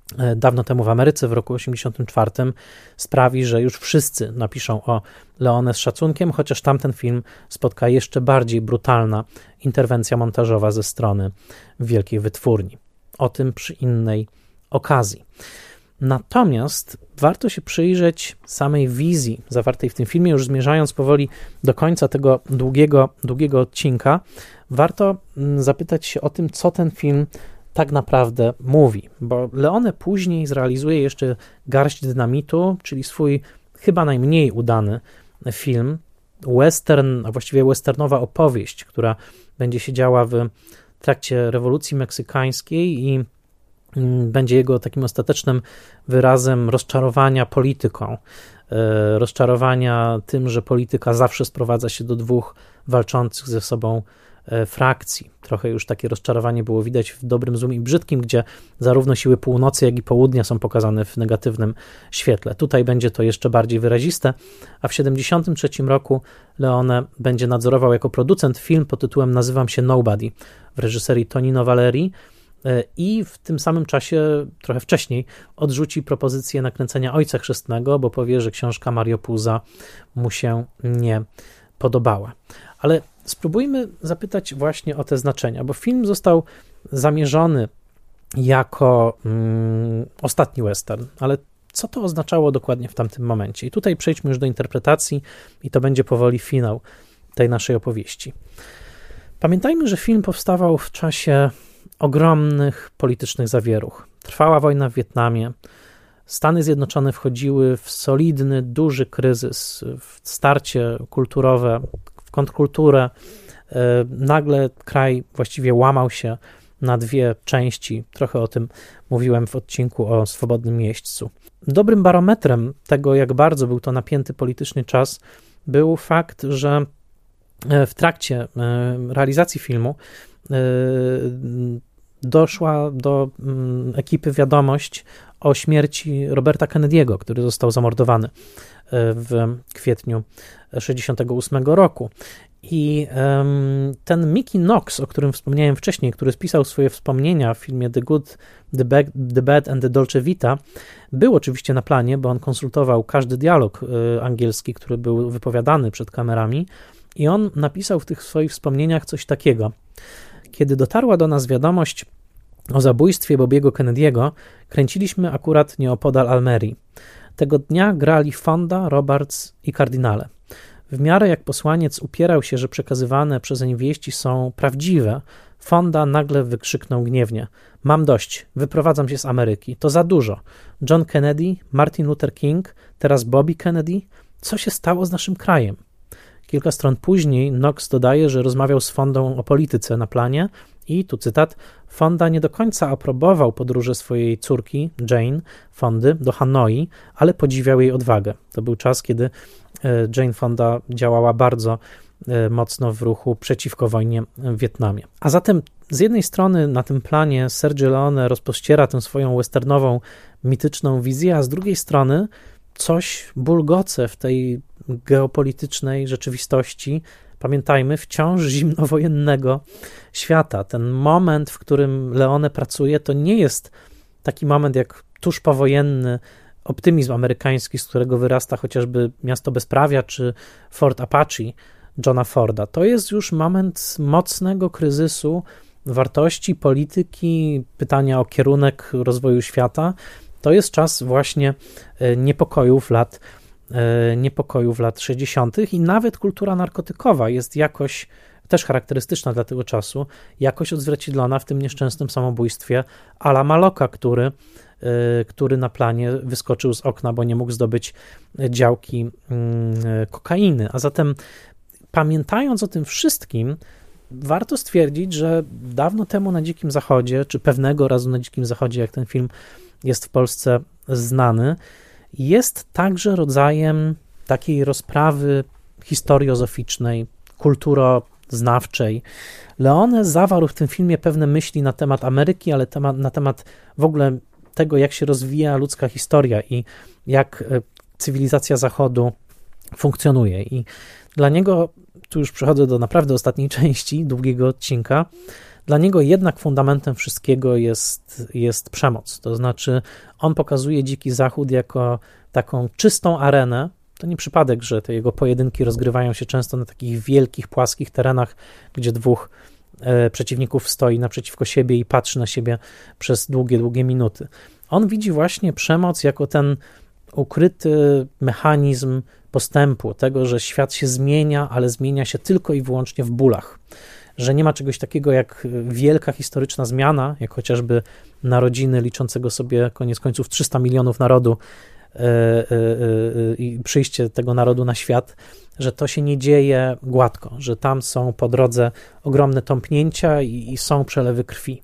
dawno temu w Ameryce, w roku osiemdziesiątym czwartym, sprawi, że już wszyscy napiszą o Leone z szacunkiem, chociaż tamten film spotka jeszcze bardziej brutalna interwencja montażowa ze strony wielkiej wytwórni. O tym przy innej okazji. Natomiast warto się przyjrzeć samej wizji zawartej w tym filmie, już zmierzając powoli do końca tego długiego, długiego odcinka, warto zapytać się o tym, co ten film tak naprawdę mówi, bo Leone później zrealizuje jeszcze Garść dynamitu, czyli swój chyba najmniej udany film, western, a właściwie westernowa opowieść, która będzie się działa w trakcie rewolucji meksykańskiej i będzie jego takim ostatecznym wyrazem rozczarowania polityką, rozczarowania tym, że polityka zawsze sprowadza się do dwóch walczących ze sobą frakcji. Trochę już takie rozczarowanie było widać w Dobrym, Złym i Brzydkim, gdzie zarówno siły północy, jak i południa są pokazane w negatywnym świetle. Tutaj będzie to jeszcze bardziej wyraziste, a w siedemdziesiątym trzecim roku Leone będzie nadzorował jako producent film pod tytułem Nazywam się Nobody w reżyserii Tonino Valeri i w tym samym czasie, trochę wcześniej, odrzuci propozycję nakręcenia Ojca Chrzestnego, bo powie, że książka Mario Puza mu się nie podobała. Ale spróbujmy zapytać właśnie o te znaczenia, bo film został zamierzony jako mm, ostatni western, ale co to oznaczało dokładnie w tamtym momencie? I tutaj przejdźmy już do interpretacji i to będzie powoli finał tej naszej opowieści. Pamiętajmy, że film powstawał w czasie ogromnych politycznych zawieruch. Trwała wojna w Wietnamie, Stany Zjednoczone wchodziły w solidny, duży kryzys, w starcie kulturowe, w kontrkulturę. Nagle kraj właściwie łamał się na dwie części. Trochę o tym mówiłem w odcinku o Swobodnym Jeźdźcu. Dobrym barometrem tego, jak bardzo był to napięty politycznie czas, był fakt, że w trakcie realizacji filmu doszła do ekipy wiadomość o śmierci Roberta Kennedy'ego, który został zamordowany w kwietniu sześćdziesiątego ósmego roku. I ten Mickey Knox, o którym wspomniałem wcześniej, który spisał swoje wspomnienia w filmie The Good, The Bad, The Bad and The Dolce Vita, był oczywiście na planie, bo on konsultował każdy dialog angielski, który był wypowiadany przed kamerami, i on napisał w tych swoich wspomnieniach coś takiego. Kiedy dotarła do nas wiadomość o zabójstwie Bobiego Kennedy'ego, kręciliśmy akurat nieopodal Almerii. Tego dnia grali Fonda, Robards i kardynale. W miarę jak posłaniec upierał się, że przekazywane przeze nie wieści są prawdziwe, Fonda nagle wykrzyknął gniewnie: mam dość, wyprowadzam się z Ameryki, to za dużo. John Kennedy, Martin Luther King, teraz Bobby Kennedy. Co się stało z naszym krajem? Kilka stron później Knox dodaje, że rozmawiał z Fondą o polityce na planie i, tu cytat, Fonda nie do końca aprobował podróże swojej córki, Jane Fondy, do Hanoi, ale podziwiał jej odwagę. To był czas, kiedy Jane Fonda działała bardzo mocno w ruchu przeciwko wojnie w Wietnamie. A zatem z jednej strony na tym planie Sergio Leone rozpościera tę swoją westernową, mityczną wizję, a z drugiej strony coś bulgoce w tej geopolitycznej rzeczywistości, pamiętajmy, wciąż zimnowojennego świata. Ten moment, w którym Leone pracuje, to nie jest taki moment jak tuż powojenny optymizm amerykański, z którego wyrasta chociażby Miasto Bezprawia czy Fort Apache Johna Forda. To jest już moment mocnego kryzysu wartości, polityki, pytania o kierunek rozwoju świata. To jest czas właśnie niepokojów lat, niepokojów lat sześćdziesiątych i nawet kultura narkotykowa jest jakoś też charakterystyczna dla tego czasu, jakoś odzwierciedlona w tym nieszczęsnym samobójstwie Ala Maloka, który, który na planie wyskoczył z okna, bo nie mógł zdobyć działki kokainy. A zatem pamiętając o tym wszystkim, warto stwierdzić, że dawno temu na Dzikim Zachodzie, czy pewnego razu na Dzikim Zachodzie, jak ten film jest w Polsce znany, jest także rodzajem takiej rozprawy historiozoficznej, kulturoznawczej. Leone zawarł w tym filmie pewne myśli na temat Ameryki, ale temat, na temat w ogóle tego, jak się rozwija ludzka historia i jak cywilizacja Zachodu funkcjonuje. I dla niego, tu już przechodzę do naprawdę ostatniej części długiego odcinka, Dla niego jednak fundamentem wszystkiego jest, jest przemoc. To znaczy on pokazuje Dziki Zachód jako taką czystą arenę. To nie przypadek, że te jego pojedynki rozgrywają się często na takich wielkich, płaskich terenach, gdzie dwóch e, przeciwników stoi naprzeciwko siebie i patrzy na siebie przez długie, długie minuty. On widzi właśnie przemoc jako ten ukryty mechanizm postępu, tego, że świat się zmienia, ale zmienia się tylko i wyłącznie w bólach. Że nie ma czegoś takiego jak wielka historyczna zmiana, jak chociażby narodziny liczącego sobie koniec końców trzysta milionów narodu i przyjście tego narodu na świat, że to się nie dzieje gładko, że tam są po drodze ogromne tąpnięcia i, i są przelewy krwi.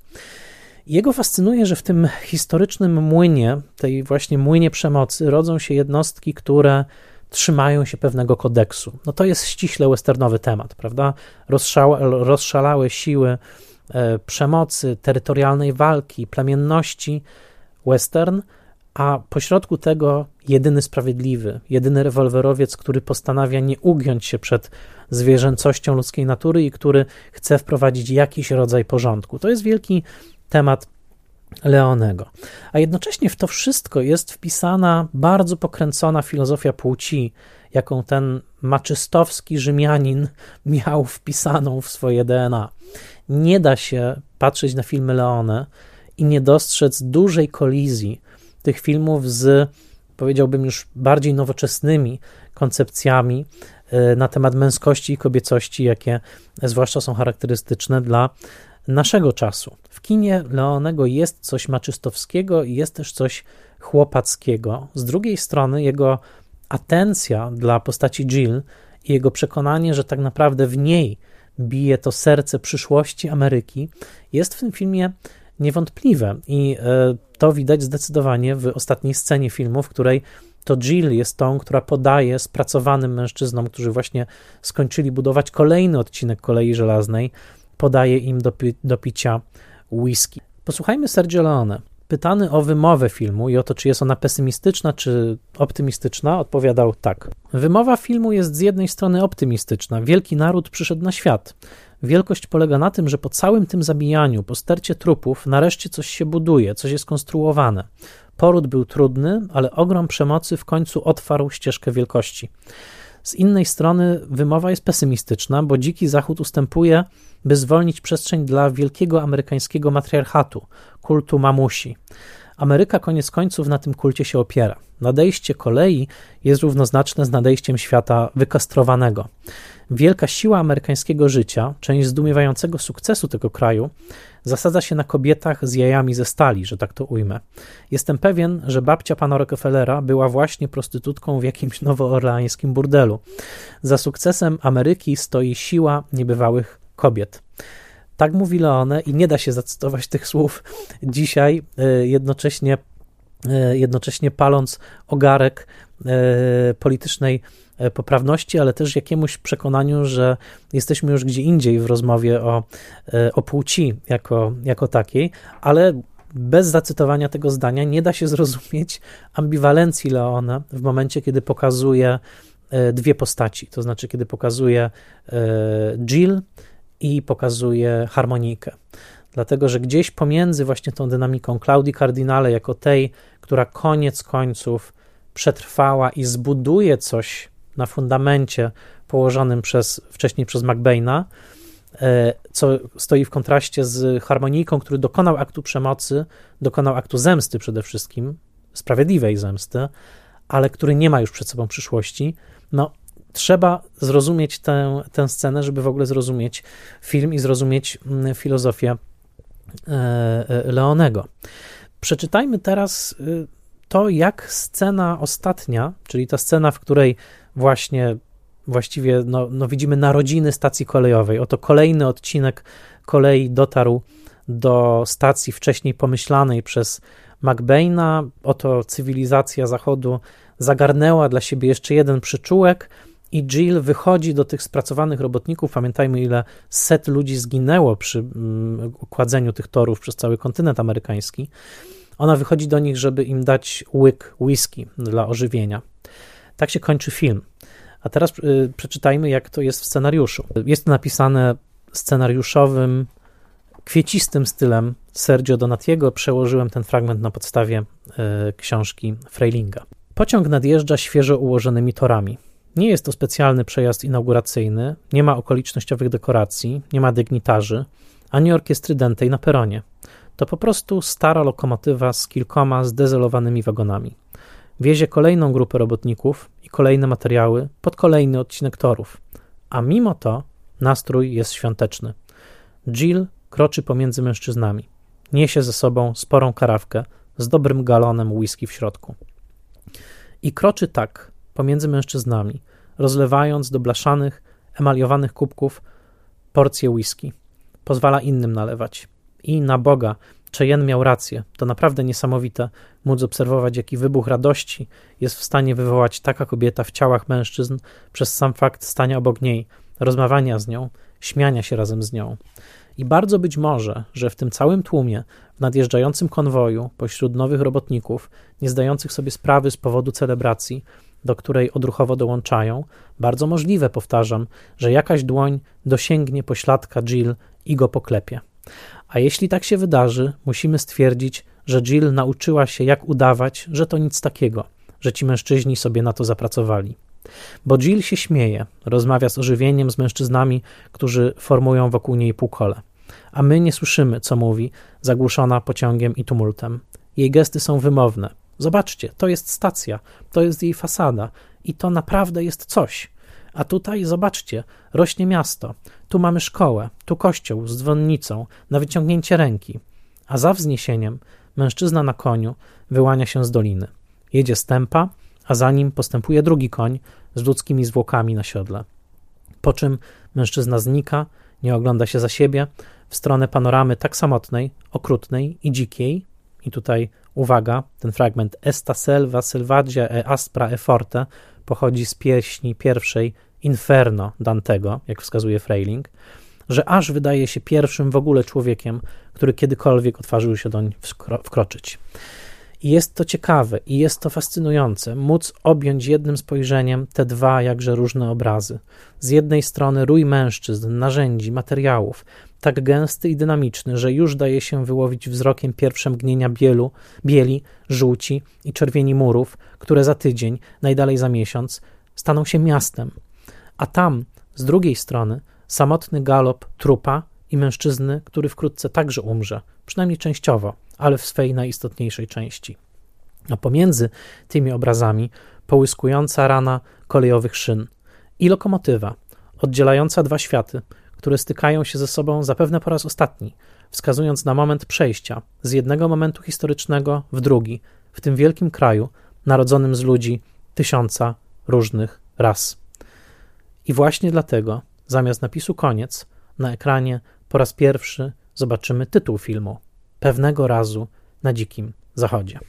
Jego fascynuje, że w tym historycznym młynie, tej właśnie młynie przemocy, rodzą się jednostki, które trzymają się pewnego kodeksu. No to jest ściśle westernowy temat, prawda? Rozszałe, rozszalałe siły e, przemocy, terytorialnej walki, plemienności, western, a pośrodku tego jedyny sprawiedliwy, jedyny rewolwerowiec, który postanawia nie ugiąć się przed zwierzęcością ludzkiej natury i który chce wprowadzić jakiś rodzaj porządku. To jest wielki temat Leonego. A jednocześnie w to wszystko jest wpisana bardzo pokręcona filozofia płci, jaką ten maczystowski Rzymianin miał wpisaną w swoje D N A. Nie da się patrzeć na filmy Leone i nie dostrzec dużej kolizji tych filmów z, powiedziałbym, już bardziej nowoczesnymi koncepcjami na temat męskości i kobiecości, jakie zwłaszcza są charakterystyczne dla naszego czasu. W kinie Leonego jest coś maczystowskiego i jest też coś chłopackiego. Z drugiej strony jego atencja dla postaci Jill i jego przekonanie, że tak naprawdę w niej bije to serce przyszłości Ameryki, jest w tym filmie niewątpliwe i to widać zdecydowanie w ostatniej scenie filmu, w której to Jill jest tą, która podaje spracowanym mężczyznom, którzy właśnie skończyli budować kolejny odcinek Kolei Żelaznej, podaje im do, pi- do picia whisky. Posłuchajmy Sergio Leone. Pytany o wymowę filmu i o to, czy jest ona pesymistyczna, czy optymistyczna, odpowiadał tak. Wymowa filmu jest z jednej strony optymistyczna. Wielki naród przyszedł na świat. Wielkość polega na tym, że po całym tym zabijaniu, po stercie trupów, nareszcie coś się buduje, coś jest konstruowane. Poród był trudny, ale ogrom przemocy w końcu otwarł ścieżkę wielkości. Z innej strony wymowa jest pesymistyczna, bo Dziki Zachód ustępuje, by zwolnić przestrzeń dla wielkiego amerykańskiego matriarchatu, kultu mamusi. Ameryka koniec końców na tym kulcie się opiera. Nadejście kolei jest równoznaczne z nadejściem świata wykastrowanego. Wielka siła amerykańskiego życia, część zdumiewającego sukcesu tego kraju, zasadza się na kobietach z jajami ze stali, że tak to ujmę. Jestem pewien, że babcia pana Rockefellera była właśnie prostytutką w jakimś nowoorleańskim burdelu. Za sukcesem Ameryki stoi siła niebywałych kobiet. Tak mówi Leone i nie da się zacytować tych słów dzisiaj, jednocześnie, jednocześnie paląc ogarek politycznej poprawności, ale też jakiemuś przekonaniu, że jesteśmy już gdzie indziej w rozmowie o, o płci jako, jako takiej, ale bez zacytowania tego zdania nie da się zrozumieć ambiwalencji Leona w momencie, kiedy pokazuje dwie postaci, to znaczy kiedy pokazuje Jill i pokazuje harmonijkę. Dlatego, że gdzieś pomiędzy właśnie tą dynamiką Claudii Cardinale jako tej, która koniec końców przetrwała i zbuduje coś na fundamencie położonym przez, wcześniej przez McBaina, co stoi w kontraście z harmonijką, który dokonał aktu przemocy, dokonał aktu zemsty przede wszystkim, sprawiedliwej zemsty, ale który nie ma już przed sobą przyszłości. No, trzeba zrozumieć tę, tę scenę, żeby w ogóle zrozumieć film i zrozumieć filozofię Leonego. Przeczytajmy teraz to, jak scena ostatnia, czyli ta scena, w której właśnie właściwie no, no widzimy narodziny stacji kolejowej. Oto kolejny odcinek kolei dotarł do stacji wcześniej pomyślanej przez McBaina. Oto cywilizacja Zachodu zagarnęła dla siebie jeszcze jeden przyczółek i Jill wychodzi do tych spracowanych robotników. Pamiętajmy, ile set ludzi zginęło przy um, kładzeniu tych torów przez cały kontynent amerykański. Ona wychodzi do nich, żeby im dać łyk whisky dla ożywienia. Tak się kończy film. A teraz y, przeczytajmy, jak to jest w scenariuszu. Jest to napisane scenariuszowym kwiecistym stylem Sergio Donatiego przełożyłem ten fragment na podstawie y, książki Freilinga. Pociąg nadjeżdża świeżo ułożonymi torami. Nie jest to specjalny przejazd inauguracyjny, nie ma okolicznościowych dekoracji, nie ma dygnitarzy, ani orkiestry dętej na peronie. To po prostu stara lokomotywa z kilkoma zdezelowanymi wagonami. Wiezie kolejną grupę robotników i kolejne materiały pod kolejny odcinek torów. A mimo to nastrój jest świąteczny. Jill kroczy pomiędzy mężczyznami. Niesie ze sobą sporą karawkę z dobrym galonem whisky w środku. I kroczy tak pomiędzy mężczyznami, rozlewając do blaszanych, emaliowanych kubków porcje whisky. Pozwala innym nalewać. I na Boga, Cheyenne miał rację. To naprawdę niesamowite móc obserwować, jaki wybuch radości jest w stanie wywołać taka kobieta w ciałach mężczyzn przez sam fakt stania obok niej, rozmawiania z nią, śmiania się razem z nią. I bardzo być może, że w tym całym tłumie, w nadjeżdżającym konwoju, pośród nowych robotników, nie zdających sobie sprawy z powodu celebracji, do której odruchowo dołączają, bardzo możliwe, powtarzam, że jakaś dłoń dosięgnie pośladka Jill i go poklepie. A jeśli tak się wydarzy, musimy stwierdzić, że Jill nauczyła się, jak udawać, że to nic takiego, że ci mężczyźni sobie na to zapracowali. Bo Jill się śmieje, rozmawia z ożywieniem z mężczyznami, którzy formują wokół niej półkole. A my nie słyszymy, co mówi, zagłuszona pociągiem i tumultem. Jej gesty są wymowne. Zobaczcie, to jest stacja, to jest jej fasada i to naprawdę jest coś. A tutaj, zobaczcie, rośnie miasto, tu mamy szkołę, tu kościół z dzwonnicą, na wyciągnięcie ręki. A za wzniesieniem mężczyzna na koniu wyłania się z doliny. Jedzie stępa, a za nim postępuje drugi koń z ludzkimi zwłokami na siodle. Po czym mężczyzna znika, nie ogląda się za siebie, w stronę panoramy tak samotnej, okrutnej i dzikiej. I tutaj uwaga, ten fragment Esta selva selvaggia e aspra e forte pochodzi z pieśni pierwszej Inferno Dantego, jak wskazuje Freiling, że aż wydaje się pierwszym w ogóle człowiekiem, który kiedykolwiek odważył się doń wkroczyć. I jest to ciekawe i jest to fascynujące, móc objąć jednym spojrzeniem te dwa jakże różne obrazy. Z jednej strony rój mężczyzn, narzędzi, materiałów, tak gęsty i dynamiczny, że już daje się wyłowić wzrokiem pierwsze mgnienia bielu, bieli, żółci i czerwieni murów, które za tydzień, najdalej za miesiąc, staną się miastem. A tam, z drugiej strony, samotny galop trupa i mężczyzny, który wkrótce także umrze, przynajmniej częściowo, ale w swej najistotniejszej części. A pomiędzy tymi obrazami połyskująca rana kolejowych szyn i lokomotywa, oddzielająca dwa światy, które stykają się ze sobą zapewne po raz ostatni, wskazując na moment przejścia z jednego momentu historycznego w drugi, w tym wielkim kraju, narodzonym z ludzi tysiąca różnych ras. I właśnie dlatego, zamiast napisu koniec, na ekranie po raz pierwszy zobaczymy tytuł filmu Pewnego razu na Dzikim Zachodzie.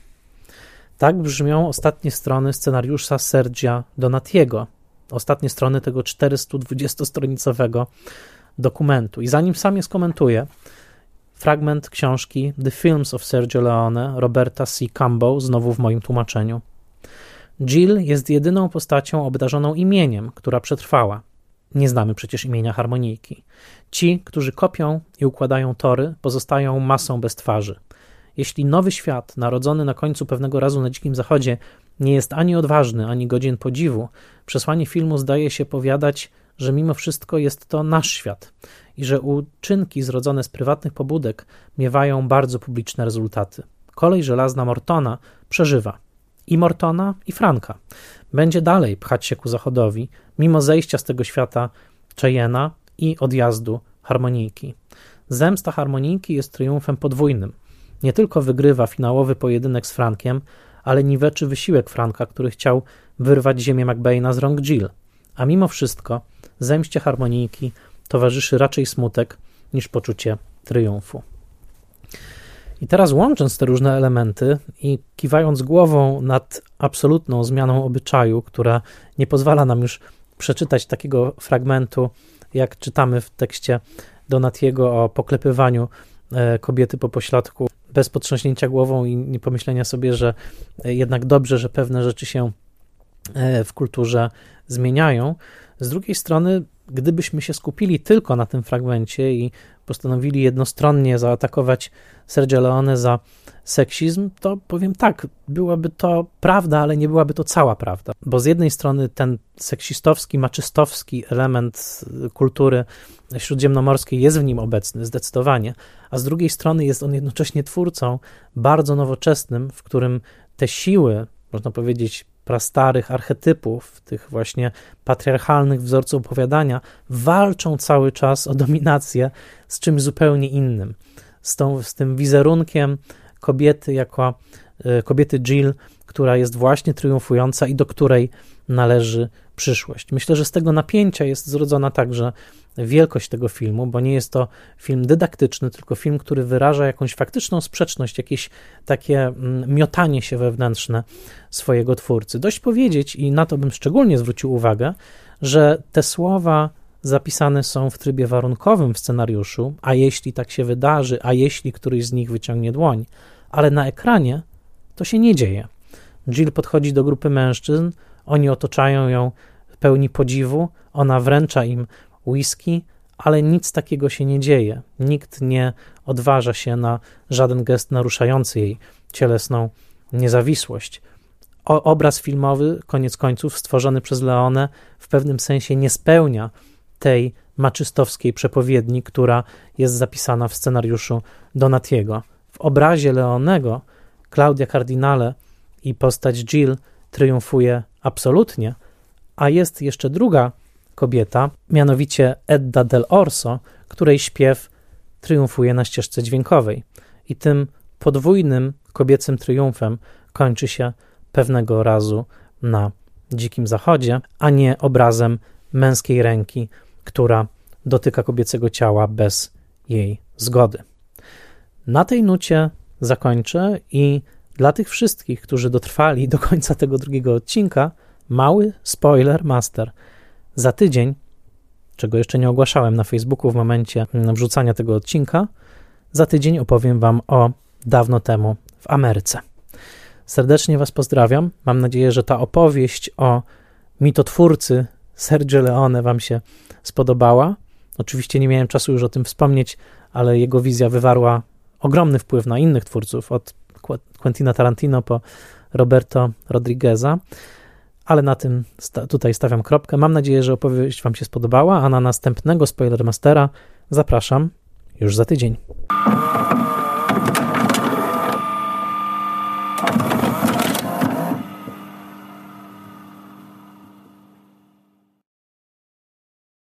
Tak brzmią ostatnie strony scenariusza Sergia Donatiego, ostatnie strony tego czterysta-dwudziestostronicowego dokumentu. I zanim sam je skomentuję, fragment książki The Films of Sergio Leone Roberta C. Campbell, znowu w moim tłumaczeniu. Jill jest jedyną postacią obdarzoną imieniem, która przetrwała. Nie znamy przecież imienia harmonijki. Ci, którzy kopią i układają tory, pozostają masą bez twarzy. Jeśli nowy świat, narodzony na końcu Pewnego razu na Dzikim Zachodzie, nie jest ani odważny, ani godzien podziwu, przesłanie filmu zdaje się powiadać, że mimo wszystko jest to nasz świat i że uczynki zrodzone z prywatnych pobudek miewają bardzo publiczne rezultaty. Kolej żelazna Mortona przeżywa. I Mortona, i Franka. Będzie dalej pchać się ku zachodowi, mimo zejścia z tego świata Cheyenne'a i odjazdu harmonijki. Zemsta harmonijki jest triumfem podwójnym. Nie tylko wygrywa finałowy pojedynek z Frankiem, ale niweczy wysiłek Franka, który chciał wyrwać ziemię McBaina z rąk Jill. A mimo wszystko zemście harmonijki towarzyszy raczej smutek niż poczucie triumfu. I teraz łącząc te różne elementy i kiwając głową nad absolutną zmianą obyczaju, która nie pozwala nam już przeczytać takiego fragmentu, jak czytamy w tekście Donatiego o poklepywaniu kobiety po pośladku bez potrząśnięcia głową i nie pomyślenia sobie, że jednak dobrze, że pewne rzeczy się w kulturze zmieniają. Z drugiej strony gdybyśmy się skupili tylko na tym fragmencie i postanowili jednostronnie zaatakować Sergio Leone za seksizm, to powiem tak, byłaby to prawda, ale nie byłaby to cała prawda, bo z jednej strony ten seksistowski, maczystowski element kultury śródziemnomorskiej jest w nim obecny, zdecydowanie, a z drugiej strony jest on jednocześnie twórcą bardzo nowoczesnym, w którym te siły, można powiedzieć, prastarych archetypów, tych właśnie patriarchalnych wzorców opowiadania, walczą cały czas o dominację z czymś zupełnie innym. Z, tą, z tym wizerunkiem kobiety jako kobiety Jill, która jest właśnie triumfująca i do której należy przyszłość. Myślę, że z tego napięcia jest zrodzona także wielkość tego filmu, bo nie jest to film dydaktyczny, tylko film, który wyraża jakąś faktyczną sprzeczność, jakieś takie miotanie się wewnętrzne swojego twórcy. Dość powiedzieć, i na to bym szczególnie zwrócił uwagę, że te słowa zapisane są w trybie warunkowym w scenariuszu, a jeśli tak się wydarzy, a jeśli któryś z nich wyciągnie dłoń, ale na ekranie to się nie dzieje. Jill podchodzi do grupy mężczyzn, oni otaczają ją pełni podziwu, ona wręcza im whisky, ale nic takiego się nie dzieje. Nikt nie odważa się na żaden gest naruszający jej cielesną niezawisłość. O, obraz filmowy, koniec końców, stworzony przez Leone, w pewnym sensie nie spełnia tej maczystowskiej przepowiedni, która jest zapisana w scenariuszu Donatiego. W obrazie Leonego Claudia Cardinale i postać Jill triumfuje absolutnie, a jest jeszcze druga kobieta, mianowicie Edda del Orso, której śpiew triumfuje na ścieżce dźwiękowej. I tym podwójnym kobiecym triumfem kończy się pewnego razu na Dzikim Zachodzie, a nie obrazem męskiej ręki, która dotyka kobiecego ciała bez jej zgody. Na tej nucie zakończę i dla tych wszystkich, którzy dotrwali do końca tego drugiego odcinka, mały spoiler master. Za tydzień, czego jeszcze nie ogłaszałem na Facebooku w momencie wrzucania tego odcinka, za tydzień opowiem wam o dawno temu w Ameryce. Serdecznie was pozdrawiam. Mam nadzieję, że ta opowieść o mitotwórcy Sergio Leone wam się spodobała. Oczywiście nie miałem czasu już o tym wspomnieć, ale jego wizja wywarła ogromny wpływ na innych twórców, od Quentina Tarantino po Roberto Rodrigueza, ale na tym sta- tutaj stawiam kropkę. Mam nadzieję, że opowieść wam się spodobała, a na następnego Spoilermastera zapraszam już za tydzień.